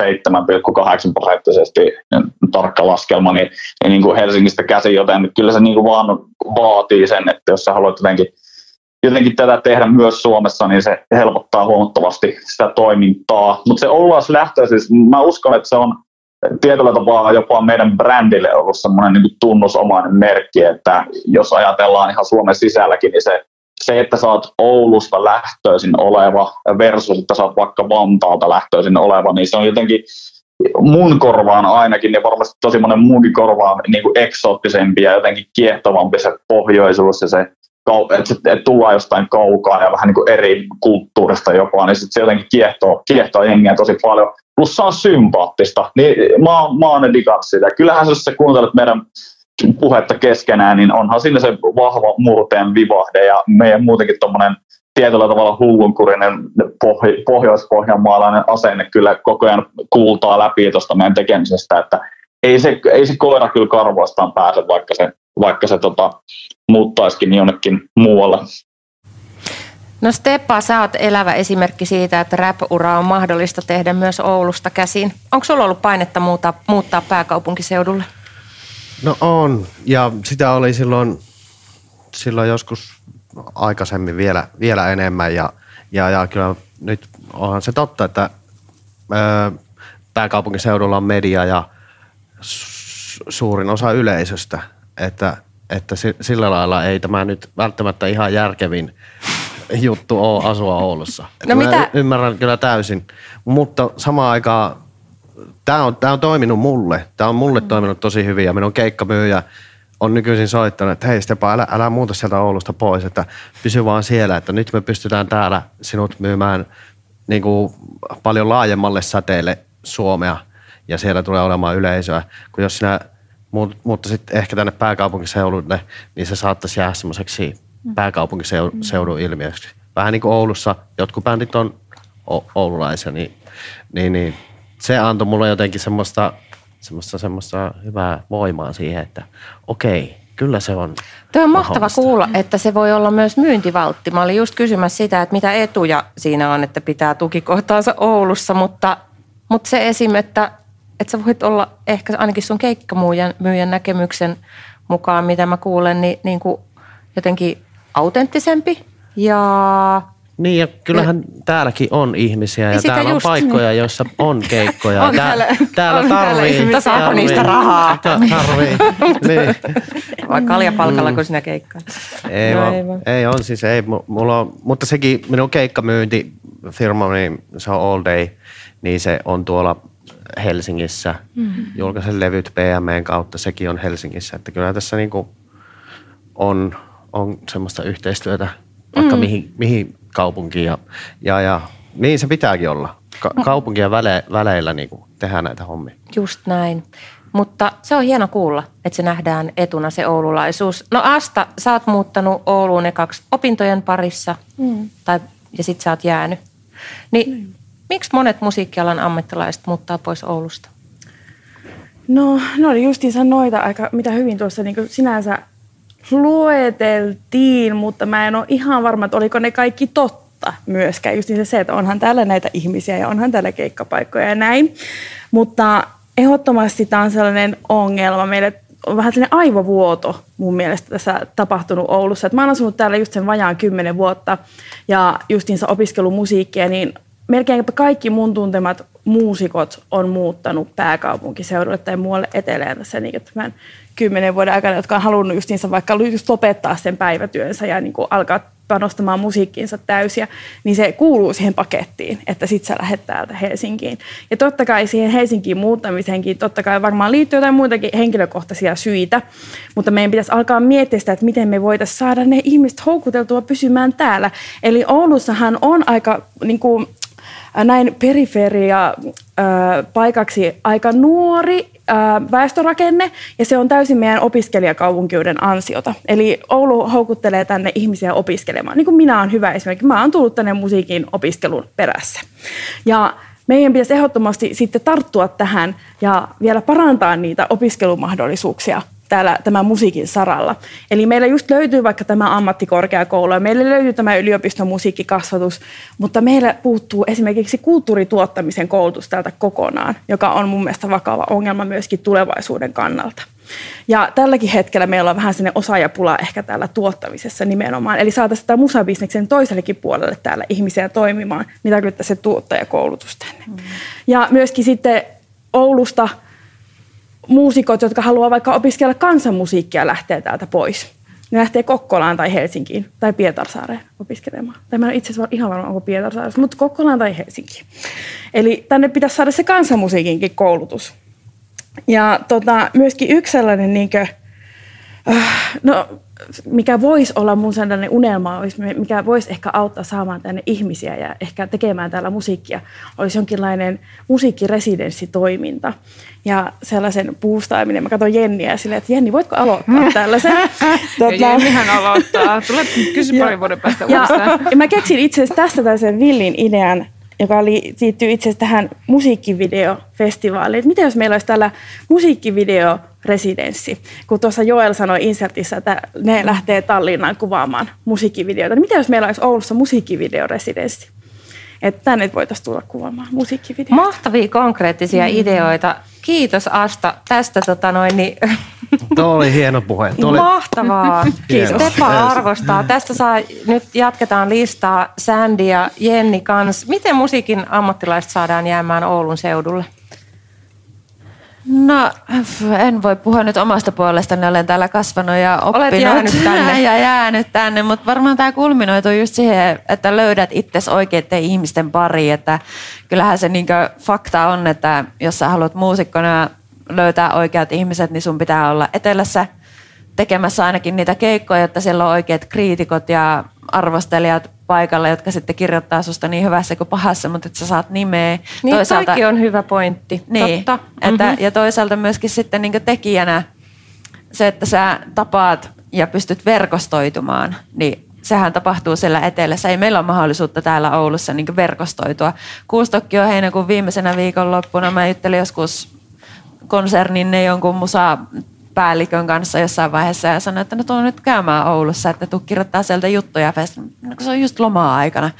tarkka laskelma, niin kuin Helsingistä käsin, joten kyllä se niin kuin vaan vaatii sen, että jos sä haluat jotenkin tätä tehdä myös Suomessa, niin se helpottaa huomattavasti sitä toimintaa. Mutta se oululaislähtöisyys, mä uskon, että se on tietyllä tapaa jopa meidän brändille ollut semmoinen niin kuin tunnusomainen merkki, että jos ajatellaan ihan Suomen sisälläkin, niin se, että sä oot Oulusta lähtöisin oleva versus, että sä oot vaikka Vantaalta lähtöisin oleva, niin se on jotenkin mun korvaan ainakin, ja varmasti tosi monen muunkin korvaan niin kuin eksoottisempi ja jotenkin kiehtovampi se pohjoisuus ja se, että tullaan jostain kaukaa ja vähän niin kuin eri kulttuurista jopa, niin sit se jotenkin kiehtoo jengiä tosi paljon. Plus se on sympaattista, niin mä oon digannut sitä. Kyllähän jos sä kuuntelet meidän puhetta keskenään, niin onhan siinä se vahva murteen vivahde ja meidän muutenkin tommonen tietyllä tavalla hullunkurinen pohjois-pohjanmaalainen asenne kyllä koko ajan kuultaa läpi tuosta meidän tekemisestä, että ei se koira kyllä karvoistaan pääse, vaikka se muuttaisikin jonnekin muualle. No Steppa, sä oot elävä esimerkki siitä, että rap-ura on mahdollista tehdä myös Oulusta käsin. Onko sulla ollut painetta muuttaa pääkaupunkiseudulle? No on, ja sitä oli silloin joskus aikaisemmin vielä enemmän, ja kyllä nyt onhan se totta, että pääkaupunkiseudulla on media ja suurin osa yleisöstä, että sillä lailla ei tämä nyt välttämättä ihan järkevin juttu ole asua Oulussa. No mitä? Ymmärrän kyllä täysin, mutta samaan aikaan tämä on toiminut mulle. Tämä on mulle toiminut tosi hyvin ja minun keikkamyyjä on nykyisin soittanut, että hei Stepa, älä muuta sieltä Oulusta pois, että pysy vaan siellä, että nyt me pystytään täällä sinut myymään niin kuin paljon laajemmalle säteelle Suomea ja siellä tulee olemaan yleisöä, kun jos sinä muuttaisit ehkä tänne pääkaupunkiseudulle, niin se saattaisi jäädä semmoiseksi pääkaupunkiseudun ilmiöksi. Vähän niin kuin Oulussa, jotkut bändit on oululaisia, niin se antoi mulle jotenkin semmoista hyvää voimaa siihen, että okei, kyllä se on. Tuo on mahtava kuulla, että se voi olla myös myyntivaltti. Mä olin just kysymässä sitä, että mitä etuja siinä on, että pitää tukikohtaansa Oulussa, mutta se esim, että sä voit olla ehkä ainakin sun keikkamyyjän näkemyksen mukaan, mitä mä kuulen, niin kuin jotenkin autenttisempi ja... Niin ja kyllähän täälläkin on ihmisiä ja täällä on paikkoja, joissa on keikkoja. On täällä tarvii. Mutta saako niistä rahaa? Tarvii, niin. Vai kaljapalkalla, kun sinä keikkaan? Ei on siis, ei. Mulla on, mutta sekin minun keikkamyyntifirma, niin se on All Day, niin se on tuolla Helsingissä. Julkaisen levyt PM:n kautta, sekin on Helsingissä. Että kyllä tässä niinku on semmoista yhteistyötä vaikka mihin kaupunkiin ja niin se pitääkin olla. Kaupunkien väleillä niin kuin tehdään näitä hommia. Just näin. Mutta se on hieno kuulla, että se nähdään etuna se oululaisuus. No Asta, sä oot muuttanut Ouluun ekaksi opintojen parissa ja sit sä oot jäänyt. Niin miksi monet musiikkialan ammattilaiset muuttaa pois Oulusta? No ne oli justiinsa noita aika, mitä hyvin tuossa niin sinänsä lueteltiin, mutta mä en ole ihan varma, että oliko ne kaikki totta myöskään. Just se, että onhan täällä näitä ihmisiä ja onhan täällä keikkapaikkoja ja näin. Mutta ehdottomasti tämä on sellainen ongelma. Meille on vähän sellainen aivovuoto mun mielestä tässä tapahtunut Oulussa. Että mä oon asunut täällä just sen vajaan 10 vuotta ja justiinsa opiskellut musiikkia, niin melkein kaikki mun tuntemat muusikot on muuttanut pääkaupunkiseudulle tai muualle etelään tässä niin, että 10 vuoden aikana, jotka on halunnut justiinsa vaikka just lopettaa sen päivätyönsä ja niin kuin alkaa panostamaan musiikkiinsa täysiä, niin se kuuluu siihen pakettiin, että sit sä lähdet täältä Helsinkiin. Ja totta kai siihen Helsinkiin muuttamiseenkin totta kai varmaan liittyy jotain muitakin henkilökohtaisia syitä, mutta meidän pitäisi alkaa miettiä sitä, että miten me voitaisiin saada ne ihmiset houkuteltua pysymään täällä. Eli Oulussahan on aika niin kuin, näin periferia paikaksi aika nuori väestörakenne, ja se on täysin meidän opiskelijakaupunkiuden ansiota. Eli Oulu houkuttelee tänne ihmisiä opiskelemaan. Niin kuin minä olen hyvä esimerkki. Mä oon tullut tänne musiikin opiskelun perässä. Ja meidän pitäisi ehdottomasti sitten tarttua tähän ja vielä parantaa niitä opiskelumahdollisuuksia tämän musiikin saralla. Eli meillä just löytyy vaikka tämä ammattikorkeakoulu ja meillä löytyy tämä yliopiston musiikkikasvatus, mutta meillä puuttuu esimerkiksi kulttuurituottamisen koulutus täältä kokonaan, joka on mun mielestä vakava ongelma myöskin tulevaisuuden kannalta. Ja tälläkin hetkellä meillä on vähän sinne osaajapula ehkä täällä tuottamisessa nimenomaan. Eli saataisiin tämä musabisneksen toisellekin puolelle täällä ihmisiä toimimaan, niin tarkoittaa se tuottajakoulutus tänne. Ja myöskin sitten Oulusta muusikot, jotka haluaa vaikka opiskella kansanmusiikkia, lähtee täältä pois. Ne lähtee Kokkolaan tai Helsinkiin tai Pietarsaareen opiskelemaan. Tai mä en itse asiassa ihan varma, onko Pietarsaaressa, mutta Kokkolaan tai Helsinkiin. Eli tänne pitäisi saada se kansanmusiikinkin koulutus. Ja myöskin yksi sellainen, mikä voisi olla mun sellainen unelma, mikä voisi ehkä auttaa saamaan tänne ihmisiä ja ehkä tekemään täällä musiikkia, olisi jonkinlainen musiikkiresidenssitoiminta ja sellaisen boostaaminen. Mä katson Jenniä silleen, että Jenni, voitko aloittaa tällaisen? Jennihän aloittaa. Tulet kysy parin vuoden päästä uudestaan. Ja mä keksin itse asiassa tästä tällaisen villin idean, joka liittyy itse asiassa tähän musiikkivideofestivaaliin. Mitä jos meillä olisi täällä musiikkivideoresidenssi? Kun tuossa Joel sanoi insertissä, että ne lähtee Tallinnaan kuvaamaan musiikkivideoita. Niin mitä jos meillä olisi Oulussa musiikkivideoresidenssi? Että tänne voitaisiin tulla kuvaamaan musiikkivideoita. Mahtavia konkreettisia ideoita. Kiitos Asta tästä. Tuo oli hieno puhe. Mahtavaa. Stepa arvostaa. Tästä nyt jatketaan listaa Sandy ja Jenni kanssa. Miten musiikin ammattilaiset saadaan jäämään Oulun seudulle? No, en voi puhua nyt omasta puolestani, olen täällä kasvanut ja oppinut. Olet jäänyt tänne. Ja jäänyt tänne, mutta varmaan tämä kulminoituu just siihen, että löydät itsesi oikeiden ihmisten pariin. Että kyllähän se fakta on, että jos sä haluat muusikkona löytää oikeat ihmiset, niin sun pitää olla etelässä tekemässä ainakin niitä keikkoja, että siellä on oikeat kriitikot ja arvostelijat paikalla, jotka sitten kirjoittaa susta niin hyvässä kuin pahassa, mutta että sä saat nimeä. Niin, toisaalta on hyvä pointti. Niin, totta. Ja toisaalta myöskin sitten tekijänä se, että sä tapaat ja pystyt verkostoitumaan, niin sehän tapahtuu siellä etelässä. Ei meillä ole mahdollisuutta täällä Oulussa verkostoitua. Kuustokki on heinäkuun viimeisenä viikonloppuna. Mä juttelin joskus konsernin jonkun musapäällikön kanssa jossain vaiheessa ja sanoin, että no tuon nyt käymään Oulussa, että tuu kirjoittaa sieltä juttuja. No, se on just lomaa-aikana.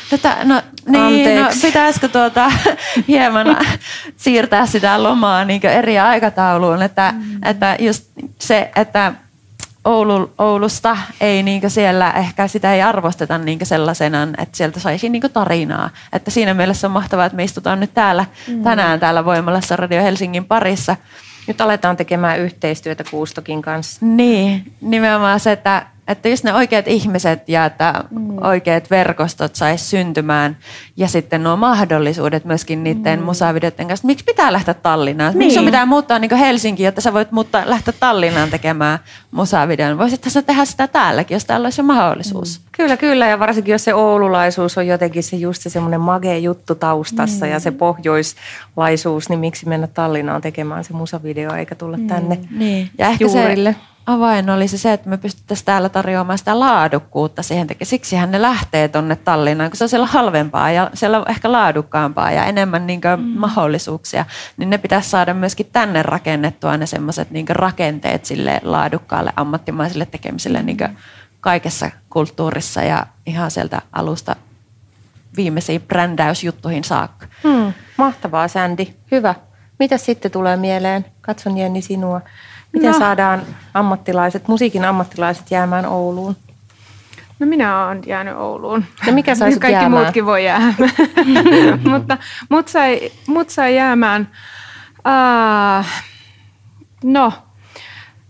Pitäisikö hieman siirtää sitä lomaa eri aikatauluun, että just se, että Oulusta ei siellä ehkä sitä ei arvosteta sellaisena, että sieltä saisi tarinaa. Että siinä mielessä on mahtavaa, että me istutaan nyt tänään täällä Voimalassa Radio Helsingin parissa. Nyt aletaan tekemään yhteistyötä Kuustokin kanssa. Niin, nimenomaan se, että just ne oikeat ihmiset ja että oikeat verkostot saisi syntymään ja sitten nuo mahdollisuudet myöskin niiden musavideoiden kanssa. Miksi pitää lähteä Tallinnaan? Miksi sun pitää muuttaa Helsinkiin, jotta sä voit lähteä Tallinnaan tekemään musavideon? Voisithan sä tehdä sitä täälläkin, jos täällä olisi jo mahdollisuus. Kyllä. Ja varsinkin, jos se oululaisuus on jotenkin se semmoinen magea juttu taustassa ja se pohjoislaisuus, niin miksi mennä Tallinnaan tekemään se musavideo eikä tulla tänne ja ehkä juurille? Se avain olisi se, että me pystyttäisiin täällä tarjoamaan sitä laadukkuutta siihen. Siksihän ne lähtee tuonne Tallinnaan, kun se on siellä halvempaa ja siellä on ehkä laadukkaampaa ja enemmän mahdollisuuksia. Niin ne pitäisi saada myöskin tänne rakennettua ne semmoiset rakenteet sille laadukkaalle ammattimaiselle tekemiselle kaikessa kulttuurissa ja ihan sieltä alusta viimeisiin brändäysjuttuihin saakka. Mahtavaa, Sandy. Hyvä. Mitä sitten tulee mieleen? Katson Jenni sinua. Miten saadaan musiikin ammattilaiset jäämään Ouluun? No minä olen jäänyt Ouluun. Ja mikä sai sut Kaikki jäämään? muutkin voi jäädä. Mutta mut sai jäämään.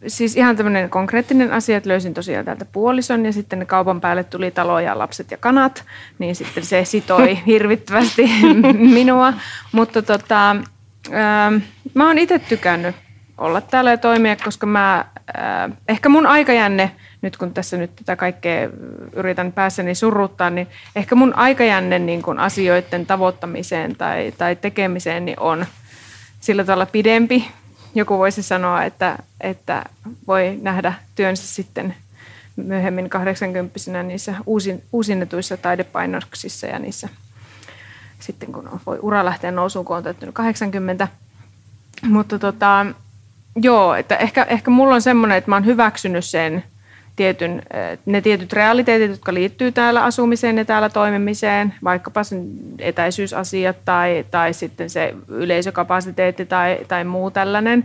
siis ihan tämmöinen konkreettinen asia, että löysin tosiaan täältä puolison ja sitten kaupan päälle tuli talo ja lapset ja kanat, niin sitten se sitoi hirvittävästi minua. Mutta mä oon itse tykännyt olla täällä ja toimia, koska ehkä mun aikajänne, nyt kun tässä nyt tätä kaikkea yritän päässäni surruttaa, niin ehkä mun aikajänne niin kun asioiden tavoittamiseen tai tekemiseen niin on sillä tavalla pidempi. Joku voisi sanoa, että voi nähdä työnsä sitten myöhemmin 80-vuotiaana niissä uusinnetuissa taidepainoksissa ja niissä sitten kun voi ura lähteä nousuun, kun on täyttänyt 80. Mutta joo, että ehkä mulla on semmoinen, että mä oon hyväksynyt sen ne tietyt realiteetit, jotka liittyy täällä asumiseen ja täällä toimimiseen, vaikkapa sen etäisyysasiat tai sitten se yleisökapasiteetti tai muu tällainen.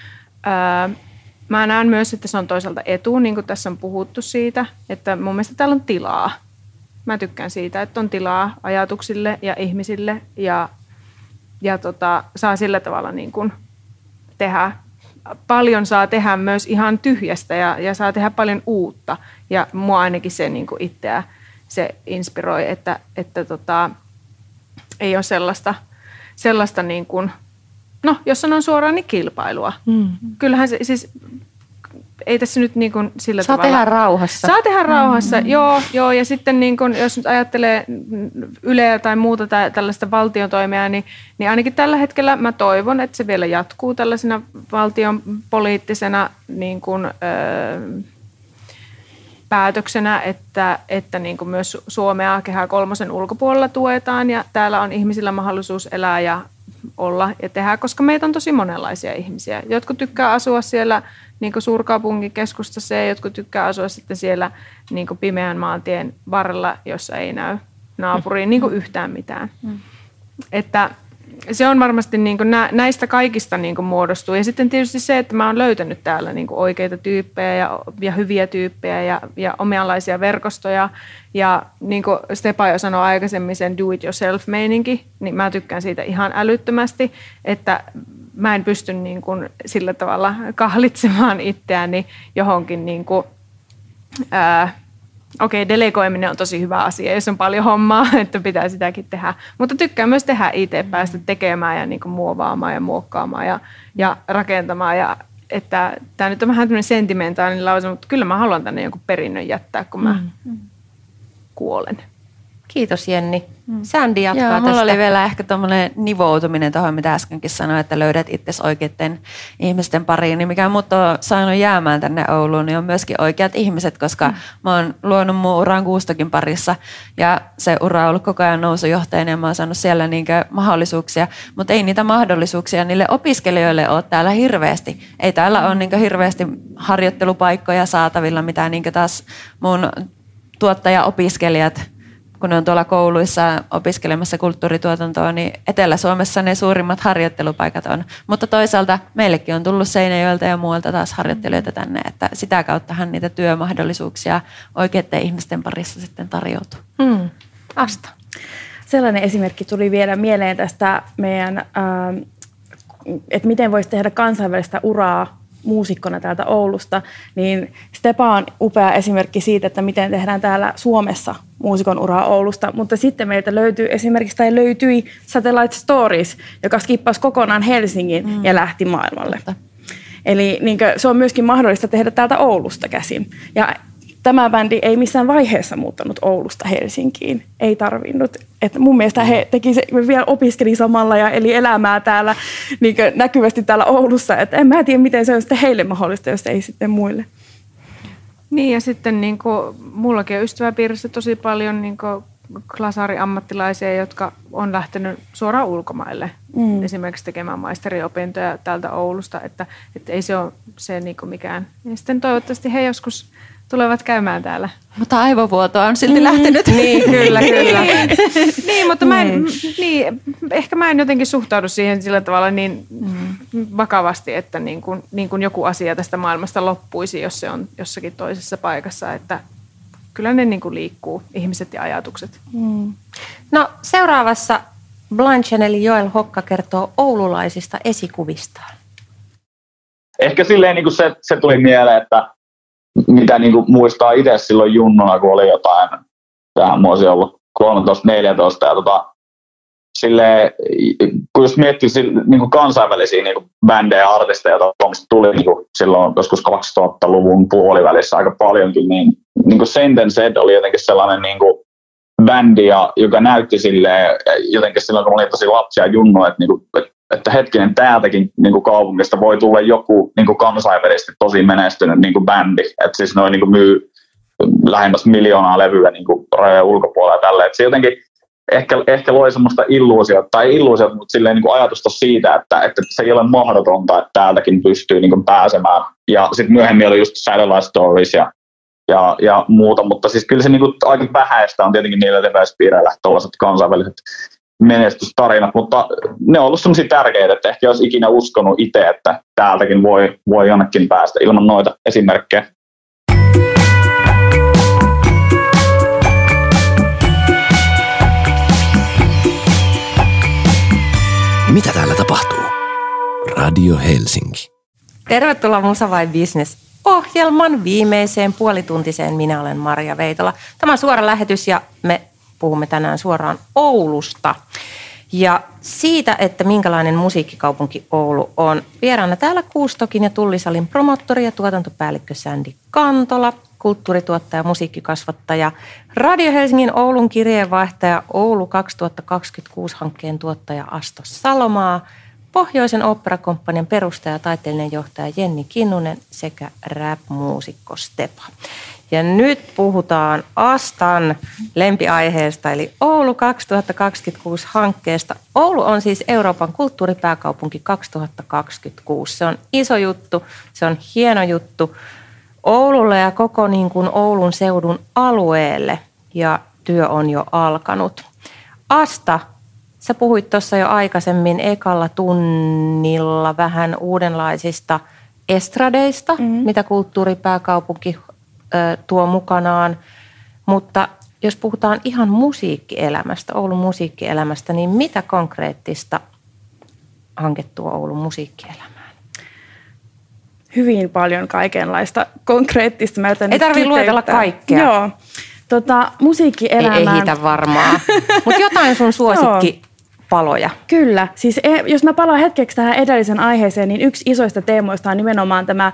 Mä näen myös, että se on toisaalta etu, niin kuin tässä on puhuttu siitä, että mun mielestä täällä on tilaa. Mä tykkään siitä, että on tilaa ajatuksille ja ihmisille ja saa sillä tavalla niin kuin tehdä. Paljon saa tehdä myös ihan tyhjästä ja saa tehdä paljon uutta. Ja mua ainakin se niin kuin itseä se inspiroi, että ei ole sellaista niin kuin, no jos sanon suoraan, niin kilpailua. Kyllähän se siis, ei tässä nyt niin kuin sillä tavalla. Saa tehdä rauhassa. Saa tehdä rauhassa, joo. Ja sitten niin kuin, jos nyt ajattelee Yleä tai muuta tai tällaista valtion toimia, niin ainakin tällä hetkellä mä toivon, että se vielä jatkuu tällaisena valtion poliittisena niin kuin, päätöksenä, että niin kuin myös Suomea Kehä kolmosen ulkopuolella tuetaan ja täällä on ihmisillä mahdollisuus elää ja olla ja tehdä, koska meitä on tosi monenlaisia ihmisiä. Jotkut tykkää asua siellä niin kuin suurkaupungin keskustassa ja jotkut tykkää asua sitten siellä niin kuin pimeän maantien varrella, jossa ei näy naapuriin niin kuin yhtään mitään. Että se on varmasti niin kuin näistä kaikista niin kuin muodostuu. Ja sitten tietysti se, että mä oon löytänyt täällä niin kuin oikeita tyyppejä ja hyviä tyyppejä ja omianlaisia verkostoja. Ja niin kuin Stepa jo sanoi aikaisemmin sen do it yourself-meininki, niin mä tykkään siitä ihan älyttömästi, että mä en pysty niin kuin sillä tavalla kahlitsemaan itseäni johonkin niin kuin, delegoiminen on tosi hyvä asia, jos on paljon hommaa, että pitää sitäkin tehdä. Mutta tykkään myös tehdä itse, päästä tekemään ja niin kuin muovaamaan ja muokkaamaan ja rakentamaan. Ja, että tämä nyt on vähän tämmöinen sentimentaalinen lause, mutta kyllä mä haluan tänne jonkun perinnön jättää, kun mä kuolen. Kiitos Jenni. Sandy jatkaa tästä. Mulla oli vielä ehkä tuommoinen nivoutuminen tuohon, mitä äskenkin sanoin, että löydät itsesi oikeiden ihmisten pariin. Niin mikä mut on saanut jäämään tänne Ouluun, niin on myöskin oikeat ihmiset, koska mä oon luonut mun uran Kuustokin parissa. Ja se ura on ollut koko ajan nousujohtajana ja mä oon saanut siellä niinkö mahdollisuuksia. Mutta ei niitä mahdollisuuksia niille opiskelijoille ole täällä hirveästi. Ei täällä ole niinkö hirveästi harjoittelupaikkoja saatavilla, mitä niinkö taas mun tuottaja-opiskelijat, kun ne on tuolla kouluissa opiskelemassa kulttuurituotantoa, niin Etelä-Suomessa ne suurimmat harjoittelupaikat on. Mutta toisaalta meillekin on tullut Seinäjoelta ja muualta taas harjoittelijoita tänne, että sitä kauttahan niitä työmahdollisuuksia oikeiden ihmisten parissa sitten tarjoutuu. Asta. Sellainen esimerkki tuli vielä mieleen tästä meidän, että miten voisi tehdä kansainvälistä uraa muusikkona täältä Oulusta, niin Stepa on upea esimerkki siitä, että miten tehdään täällä Suomessa muusikon uraa Oulusta, mutta sitten meiltä löytyi Satellite Stories, joka skippasi kokonaan Helsingin ja lähti maailmalle. Eli se on myöskin mahdollista tehdä täältä Oulusta käsin. Ja tämä bändi ei missään vaiheessa muuttanut Oulusta Helsinkiin. Ei tarvinnut. Että mun mielestä he vielä opiskeli samalla ja eli elämää täällä niin näkyvästi täällä Oulussa. Että en mä tiedä, miten se on sitten heille mahdollista, jos ei sitten muille. Niin ja sitten niin kuin, mullakin on ystäväpiirissä tosi paljon niin glasaariammattilaisia, jotka on lähtenyt suoraan ulkomaille. Esimerkiksi tekemään maisteriopintoja täältä Oulusta. Että ei se ole se niin kuin mikään. Ja sitten toivottavasti he joskus tulevat käymään täällä. Mutta aivovuotoa on silti lähtenyt. Niin, kyllä. Niin, mutta ehkä mä en jotenkin suhtaudu siihen sillä tavalla niin vakavasti, että niin kuin joku asia tästä maailmasta loppuisi, jos se on jossakin toisessa paikassa. Että kyllä ne niin kuin liikkuu, ihmiset ja ajatukset. No seuraavassa Blanchen eli Joel Hokka kertoo oululaisista esikuvistaan. ehkä silleen niin kuin se tuli mieleen, että mitä niin kuin muistaa itse silloin junnuna, kun oli jotain, tähän vuosi ollut 13-14, ja silleen, kun jos miettii niin kuin kansainvälisiä niin kuin bändejä ja artisteja, joita tuli niin kuin silloin joskus 2000-luvun puolivälissä aika paljonkin, niin kuin Sentence oli jotenkin sellainen niin kuin bändi, joka näytti silleen, jotenkin silloin, kun oli tosi lapsia junnoja, että hetkinen, täältäkin niin kuin kaupungista voi tulla joku niin kuin kansainvälisesti tosi menestynyt niin kuin bändi. Että siis noin niin kuin myy lähemmäs 1 miljoonaa levyä niin kuin rajojen ulkopuolella ja tälleen. Se jotenkin ehkä loi semmoista illuusiota, mutta silleen niin kuin ajatusta siitä, että se ei ole mahdotonta, että täältäkin pystyy niin kuin pääsemään. Ja sitten myöhemmin oli just Satellite Stories ja muuta, mutta siis kyllä se niin kuin aika vähäistä on tietenkin niillä leväyspiireillä tuollaiset kansainväliset menestystarinat, mutta ne on ollut sellaisia tärkeitä, että ehkä olisi ikinä uskonut itse, että täältäkin voi jonnekin päästä ilman noita esimerkkejä. Mitä täällä tapahtuu? Radio Helsinki. Tervetuloa Musa vai Business -ohjelman viimeiseen puolituntiseen. Minä olen Marja Veitola. Tämä on suora lähetys ja me puhumme tänään suoraan Oulusta. Ja siitä, että minkälainen musiikkikaupunki Oulu on. Vieraana täällä Kuustokin ja Tullisalin promottori ja tuotantopäällikkö Sandy Kantola, kulttuurituottaja, musiikkikasvattaja, Radio Helsingin Oulun kirjeenvaihtaja, Oulu 2026-hankkeen tuottaja Asto Salomaa, Pohjoisen oopperakomppanian perustaja ja taiteellinen johtaja Jenni Kinnunen sekä rap-muusikko Stepa. Ja nyt puhutaan Astan lempiaiheesta, eli Oulu 2026-hankkeesta. Oulu on siis Euroopan kulttuuripääkaupunki 2026. Se on iso juttu, se on hieno juttu Oululle ja koko niin kuin Oulun seudun alueelle, ja työ on jo alkanut. Asta, sä puhuit tuossa jo aikaisemmin ekalla tunnilla vähän uudenlaisista estradeista, mitä kulttuuripääkaupunki tuo mukanaan, mutta jos puhutaan ihan musiikkielämästä, Oulun musiikkielämästä, niin mitä konkreettista hanke tuo Oulun musiikkielämään? Hyvin paljon kaikenlaista konkreettista. Ei tarvitse luetella kaikkea. Joo. Musiikkielämään. Ei hitä varmaan, mutta jotain sun suosikkipaloja. Kyllä. Siis jos mä palaan hetkeksi tähän edellisen aiheeseen, niin yksi isoista teemoista on nimenomaan tämä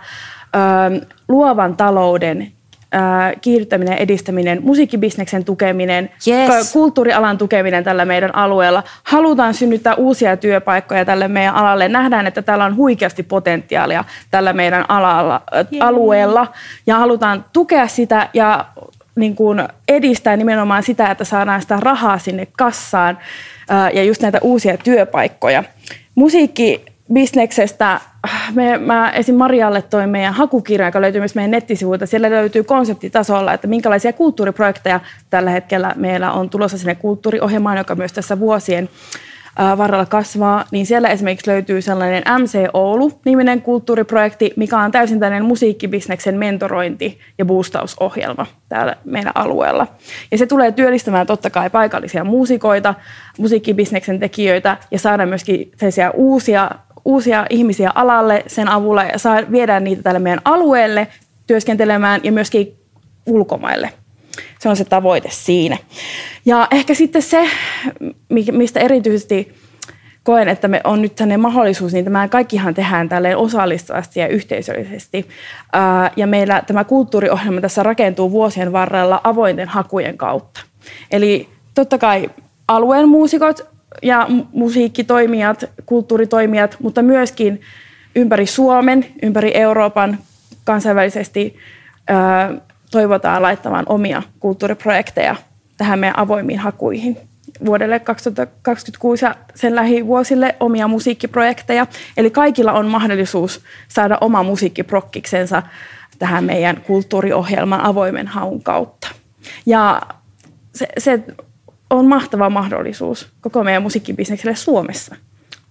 luovan talouden kiihdyttäminen, edistäminen, musiikkibisneksen tukeminen, kulttuurialan tukeminen tällä meidän alueella. Halutaan synnyttää uusia työpaikkoja tälle meidän alalle. Nähdään, että täällä on huikeasti potentiaalia tällä meidän alueella ja halutaan tukea sitä ja niin kuin edistää nimenomaan sitä, että saadaan sitä rahaa sinne kassaan ja just näitä uusia työpaikkoja. Musiikkibisneksestä mä esim. Marialle toin meidän hakukirjan, joka löytyy myös meidän nettisivuilta. Siellä löytyy konseptitasolla, että minkälaisia kulttuuriprojekteja tällä hetkellä meillä on tulossa sinne kulttuuriohjelmaan, joka myös tässä vuosien varrella kasvaa. Niin siellä esimerkiksi löytyy sellainen MC Oulu-niminen kulttuuriprojekti, mikä on täysin tällainen musiikkibisneksen mentorointi- ja boostausohjelma täällä meidän alueella. Ja se tulee työllistämään totta kai paikallisia muusikoita, musiikkibisneksen tekijöitä ja saada myöskin uusia ihmisiä alalle sen avulla ja viedään niitä tälle meidän alueelle työskentelemään ja myöskin ulkomaille. Se on se tavoite siinä. Ja ehkä sitten se, mistä erityisesti koen, että me on nyt sellainen mahdollisuus, niin tämä kaikkihan tehdään tälleen osallistavasti ja yhteisöllisesti. Ja meillä tämä kulttuuriohjelma tässä rakentuu vuosien varrella avointen hakujen kautta. Eli totta kai alueen muusikot ja musiikkitoimijat, kulttuuritoimijat, mutta myöskin ympäri Suomen, ympäri Euroopan kansainvälisesti toivotaan laittamaan omia kulttuuriprojekteja tähän meidän avoimiin hakuihin. Vuodelle 2026 ja sen lähivuosille omia musiikkiprojekteja. Eli kaikilla on mahdollisuus saada oma musiikkiprokkiksensa tähän meidän kulttuuriohjelman avoimen haun kautta. Ja se on mahtava mahdollisuus koko meidän musiikkibisnekselle Suomessa.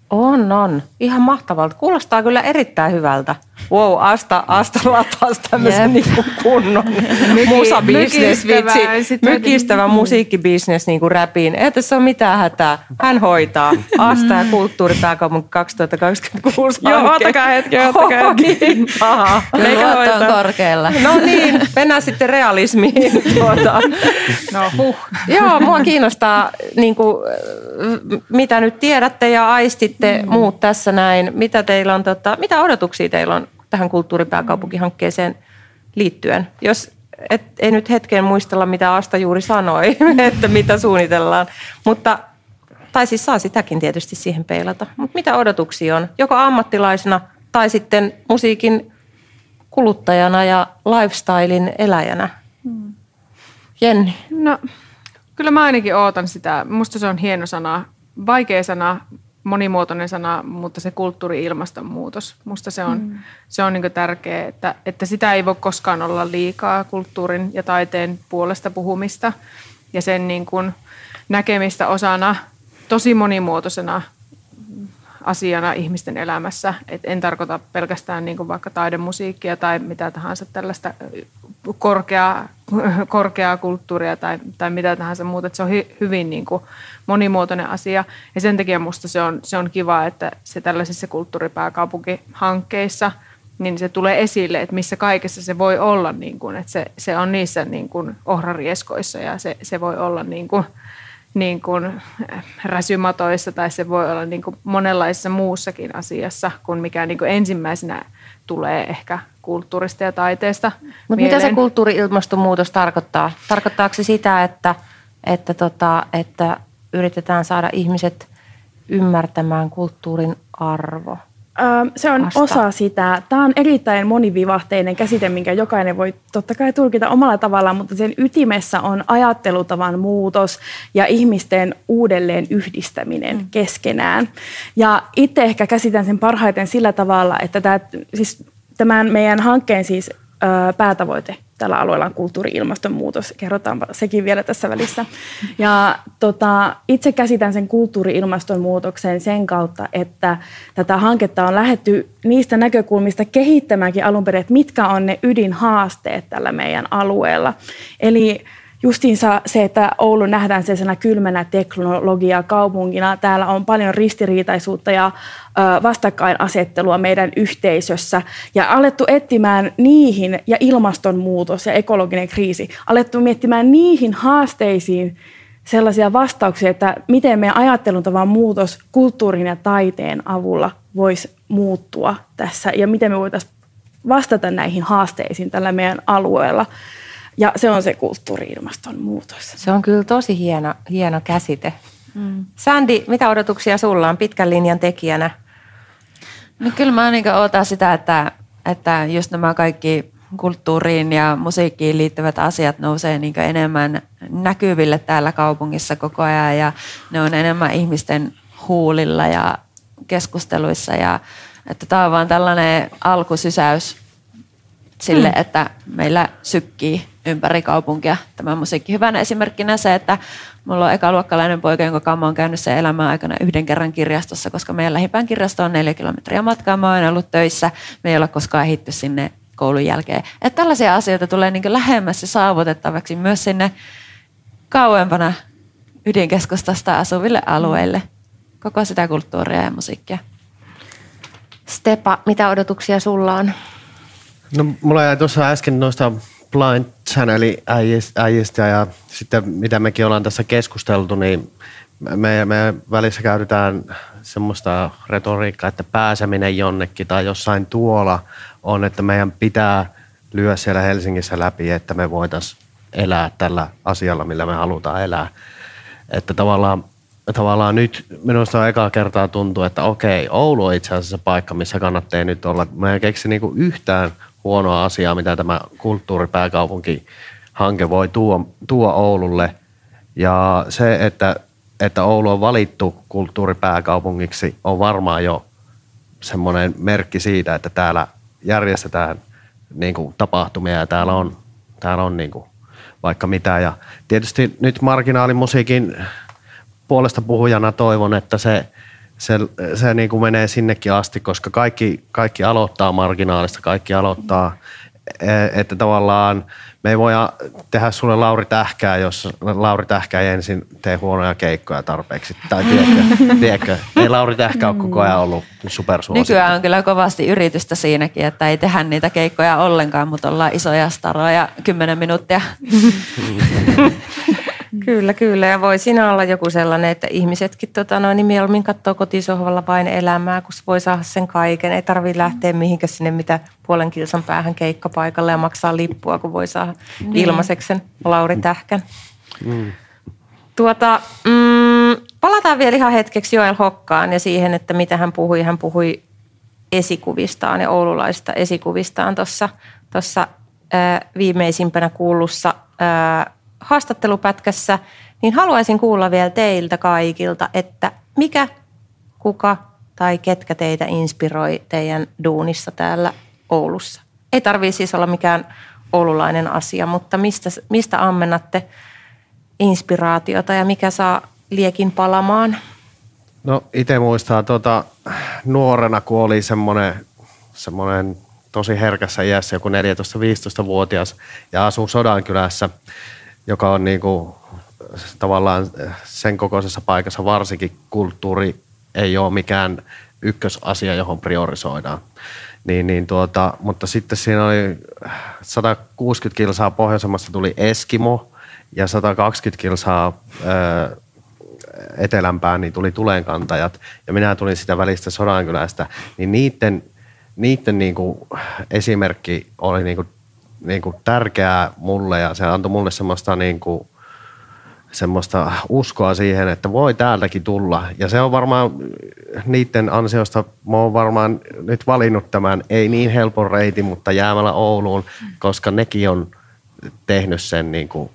On. Ihan mahtavalta. Kuulostaa kyllä erittäin hyvältä. Wow, Asta lataisi tämmöisen niinku kunnon musabisnes, vitsi. Mykistävä musiikkibisnes niinku räpiin. Ei tässä ole mitään hätää. Hän hoitaa. Asta ja kulttuuripääkaupunki 2026 hanke. Joo, ottakaa hetki. Paha. Luotto on korkealla. No niin, mennään sitten realismiin. Joo, mua kiinnostaa, niinku, mitä nyt tiedätte ja aistitte muut tässä näin. Mitä teillä on, mitä odotuksia teillä on tähän kulttuuripääkaupunkihankkeeseen liittyen? Jos ei nyt hetken muistella, mitä Asta juuri sanoi, että mitä suunnitellaan. Tai siis saa sitäkin tietysti siihen peilata. Mutta mitä odotuksia on? Joko ammattilaisena tai sitten musiikin kuluttajana ja lifestylein eläjänä? Jenni? No, kyllä mä ainakin ootan sitä. Musta se on hieno sana, vaikea sana, monimuotoinen sana, mutta se kulttuuri-ilmastonmuutos. Musta se on niin kuin tärkeää, että sitä ei voi koskaan olla liikaa kulttuurin ja taiteen puolesta puhumista ja sen niin kuin näkemistä osana tosi monimuotoisena asiana ihmisten elämässä. Et en tarkoita pelkästään niin kuin vaikka taidemusiikkia tai mitä tahansa tällaista korkeaa kulttuuria tai mitä tahansa muuta. Et se on hyvin niin kuin monimuotoinen asia ja sen takia musta se on kiva, että se tällaisissa kulttuuripääkaupunkihankkeissa niin se tulee esille, että missä kaikessa se voi olla, niin kuin, että se on niissä niin kuin ohrarieskoissa ja se voi olla niin kuin räsymatoissa tai se voi olla niin kuin monenlaisessa muussakin asiassa kuin mikä niin kuin ensimmäisenä tulee ehkä kulttuurista ja taiteesta. Mutta mitä se kulttuuri-ilmastonmuutos tarkoittaa? Tarkoittaako se sitä, että yritetään saada ihmiset ymmärtämään kulttuurin arvo? Se on osa sitä. Tämä on erittäin monivivahteinen käsite, minkä jokainen voi totta kai tulkita omalla tavallaan, mutta sen ytimessä on ajattelutavan muutos ja ihmisten uudelleen yhdistäminen keskenään. Ja itse ehkä käsitän sen parhaiten sillä tavalla, että tämän meidän hankkeen päätavoite tällä alueella on kulttuuri-ilmastonmuutos. Kerrotaanpa sekin vielä tässä välissä. Ja itse käsitän sen kulttuuri-ilmastonmuutoksen sen kautta, että tätä hanketta on lähdetty niistä näkökulmista kehittämäänkin alun perin, että mitkä on ne ydinhaasteet tällä meidän alueella. Eli justiinsa se, että Oulu nähdään sellaisena kylmänä teknologiakaupungina. Täällä on paljon ristiriitaisuutta ja vastakkainasettelua meidän yhteisössä. Ja alettu etsimään niihin, ja ilmastonmuutos ja ekologinen kriisi, alettu miettimään niihin haasteisiin sellaisia vastauksia, että miten meidän ajattelutavan muutos kulttuurin ja taiteen avulla voisi muuttua tässä. Ja miten me voitaisiin vastata näihin haasteisiin tällä meidän alueella. Ja se on se kulttuuri-ilmastonmuutos. Se on kyllä tosi hieno käsite. Sandy, mitä odotuksia sulla on pitkän linjan tekijänä? No kyllä mä ootan sitä, että just nämä kaikki kulttuuriin ja musiikkiin liittyvät asiat nousee enemmän näkyville täällä kaupungissa koko ajan ja ne on enemmän ihmisten huulilla ja keskusteluissa ja että tämä on vaan tällainen alkusysäys sille, että meillä sykkii ympäri kaupunkia tämä musiikki. Hyvänä esimerkkinä se, että mulla on ekaluokkalainen poika, jonka kanssa mä oon käynyt sen elämän aikana yhden kerran kirjastossa, koska meidän lähimpään kirjasto on 4 kilometriä matkaa. Mä oon ollut töissä, me ei olla koskaan ehditty sinne koulun jälkeen. Että tällaisia asioita tulee lähemmäs ja saavutettavaksi myös sinne kauempana ydinkeskustasta asuville alueille. Koko sitä kulttuuria ja musiikkia. Stepa, mitä odotuksia sulla on? No, mulla jäi tuossa äsken noista Blind Channelin äijistä ja sitten mitä mekin ollaan tässä keskusteltu, niin me välissä käytetään semmoista retoriikkaa, että pääseminen jonnekin tai jossain tuolla on, että meidän pitää lyödä siellä Helsingissä läpi, että me voitaisiin elää tällä asialla, millä me halutaan elää. Että tavallaan nyt minusta ekaa kertaa tuntuu, että okei, Oulu on itse asiassa paikka, missä kannattaa nyt olla. Mä en keksi niinku yhtään huonoa asiaa, mitä tämä kulttuuripääkaupunkihanke voi tuo Oululle. Ja se, että Oulu on valittu kulttuuripääkaupungiksi, on varmaan jo semmoinen merkki siitä, että täällä järjestetään niinku tapahtumia ja täällä on niinku vaikka mitä. Ja tietysti nyt marginaalimusiikin puolesta puhujana toivon, että se niin kuin menee sinnekin asti, koska kaikki aloittaa marginaalista, kaikki aloittaa, että tavallaan me ei voida tehdä sulle Lauri Tähkää, jos Lauri Tähkä ei ensin tee huonoja keikkoja tarpeeksi. Tai tiedätkö? Ei Lauri Tähkä ole koko ajan ollut supersuosikki. Nykyään on kyllä kovasti yritystä siinäkin, että ei tehdä niitä keikkoja ollenkaan, mutta ollaan isoja staroja 10 minuuttia. Kyllä. Ja voi siinä olla joku sellainen, että ihmisetkin niin mieluummin katsoo kotisohvalla vain elämää, kun voi saada sen kaiken. Ei tarvitse lähteä mihinkään sinne mitä puolen kilsan päähän keikkapaikalle ja maksaa lippua, kun voi saada ilmaiseksi sen Lauri Tähkän. Palataan vielä ihan hetkeksi Joel Hokkaan ja siihen, että mitä hän puhui. Hän puhui esikuvistaan ja oululaisista esikuvistaan tuossa viimeisimpänä kuullussa haastattelupätkässä, niin haluaisin kuulla vielä teiltä kaikilta, että mikä, kuka tai ketkä teitä inspiroi teidän duunissa täällä Oulussa. Ei tarvitse siis olla mikään oululainen asia, mutta mistä ammennatte inspiraatiota ja mikä saa liekin palamaan? No itse muistaa nuorena, kun oli semmoinen tosi herkässä iässä, joku 14-15-vuotias ja asuu Sodankylässä, joka on niinku tavallaan sen kokoisessa paikassa varsinkin kulttuuri ei ole mikään ykkösasia, johon priorisoidaan. Mutta sitten siinä oli 160 kilsaa pohjoisemmasta tuli Eskimo ja 120 kilsaa etelämpään niin tuli Tulenkantajat ja minä tulin sitä välistä Sodankylästä, niin niiden niinku esimerkki oli niinku tärkeää mulle ja se antoi mulle semmoista uskoa siihen, että voi täältäkin tulla. Ja se on varmaan niiden ansiosta, mä oon varmaan nyt valinnut tämän, ei niin helpon reitin, mutta jäämällä Ouluun, koska nekin on tehnyt sen niinku,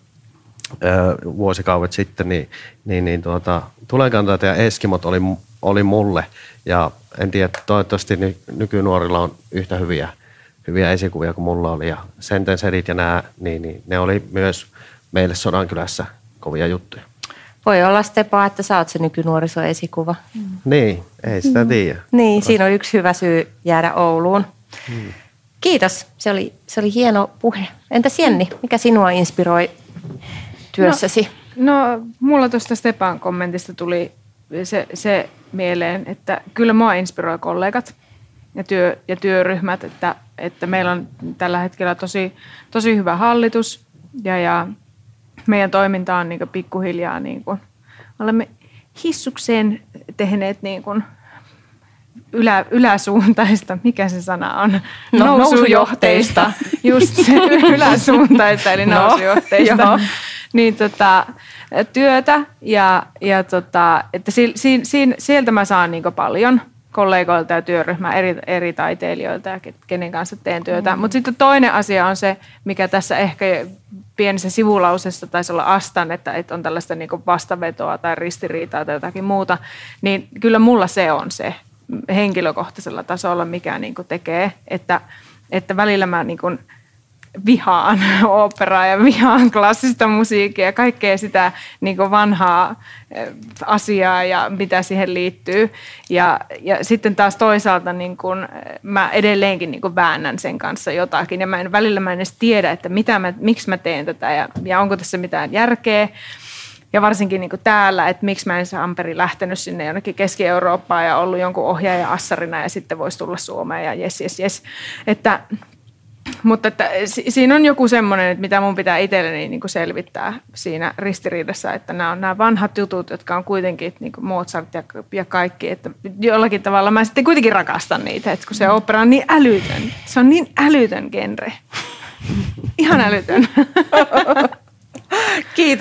vuosikaudet sitten, Tulenkantajat ja Eskimot oli mulle. Ja en tiedä, toivottavasti nykynuorilla on yhtä hyviä esikuvia kuin mulla oli. Ja Sentensedit ja nämä, niin ne oli myös meille Sodankylässä kovia juttuja. Voi olla, Stepa, että sä oot se nykynuorisoesikuva. Niin, ei sitä tiedä. Niin, siinä on yksi hyvä syy jäädä Ouluun. Kiitos, se oli hieno puhe. Entäs Jenni, mikä sinua inspiroi työssäsi? No mulla tuosta Stepan kommentista tuli se mieleen, että kyllä mua inspiroi kollegat ja työryhmät, että meillä on tällä hetkellä tosi hyvä hallitus ja meidän toiminta on niin kuin pikkuhiljaa niin kuin, olemme hissukseen tehneet niin kuin yläsuuntaista, mikä se sana on? Nousujohteista. Just se yläsuuntaista eli nousujohteista. Niin työtä ja että sieltä mä saan niin kuin paljon kollegoilta ja työryhmää eri taiteilijoilta ja kenen kanssa teen työtä. Mutta sitten toinen asia on se, mikä tässä ehkä pienessä sivulausessa taisi olla astan, että on tällaista niinku vastavetoa tai ristiriitaa tai jotakin muuta, niin kyllä mulla se on se henkilökohtaisella tasolla, mikä niinku tekee, että välillä mä niinku vihaan oopperaa ja vihaan klassista musiikkia ja kaikkea sitä niin kuin vanhaa asiaa ja mitä siihen liittyy. Ja sitten taas toisaalta niin kuin mä edelleenkin niin kuin väännän sen kanssa jotakin ja välillä mä en edes tiedä, että miksi mä teen tätä ja onko tässä mitään järkeä. Ja varsinkin niin kuin täällä, että miksi mä en Amperi lähtenyt sinne jonnekin Keski-Eurooppaan ja ollut jonkun ohjaaja assarina ja sitten voisi tulla Suomeen ja jes. Mutta että siinä on joku semmoinen, että mitä mun pitää itselleni niin kuin selvittää siinä ristiriidassa, että nämä on nämä vanhat jutut, jotka on kuitenkin niin kuin Mozart ja kaikki, että jollakin tavalla mä sitten kuitenkin rakastan niitä, että kun se opera on niin älytön, se on niin älytön genre, ihan älytön. Kiitos.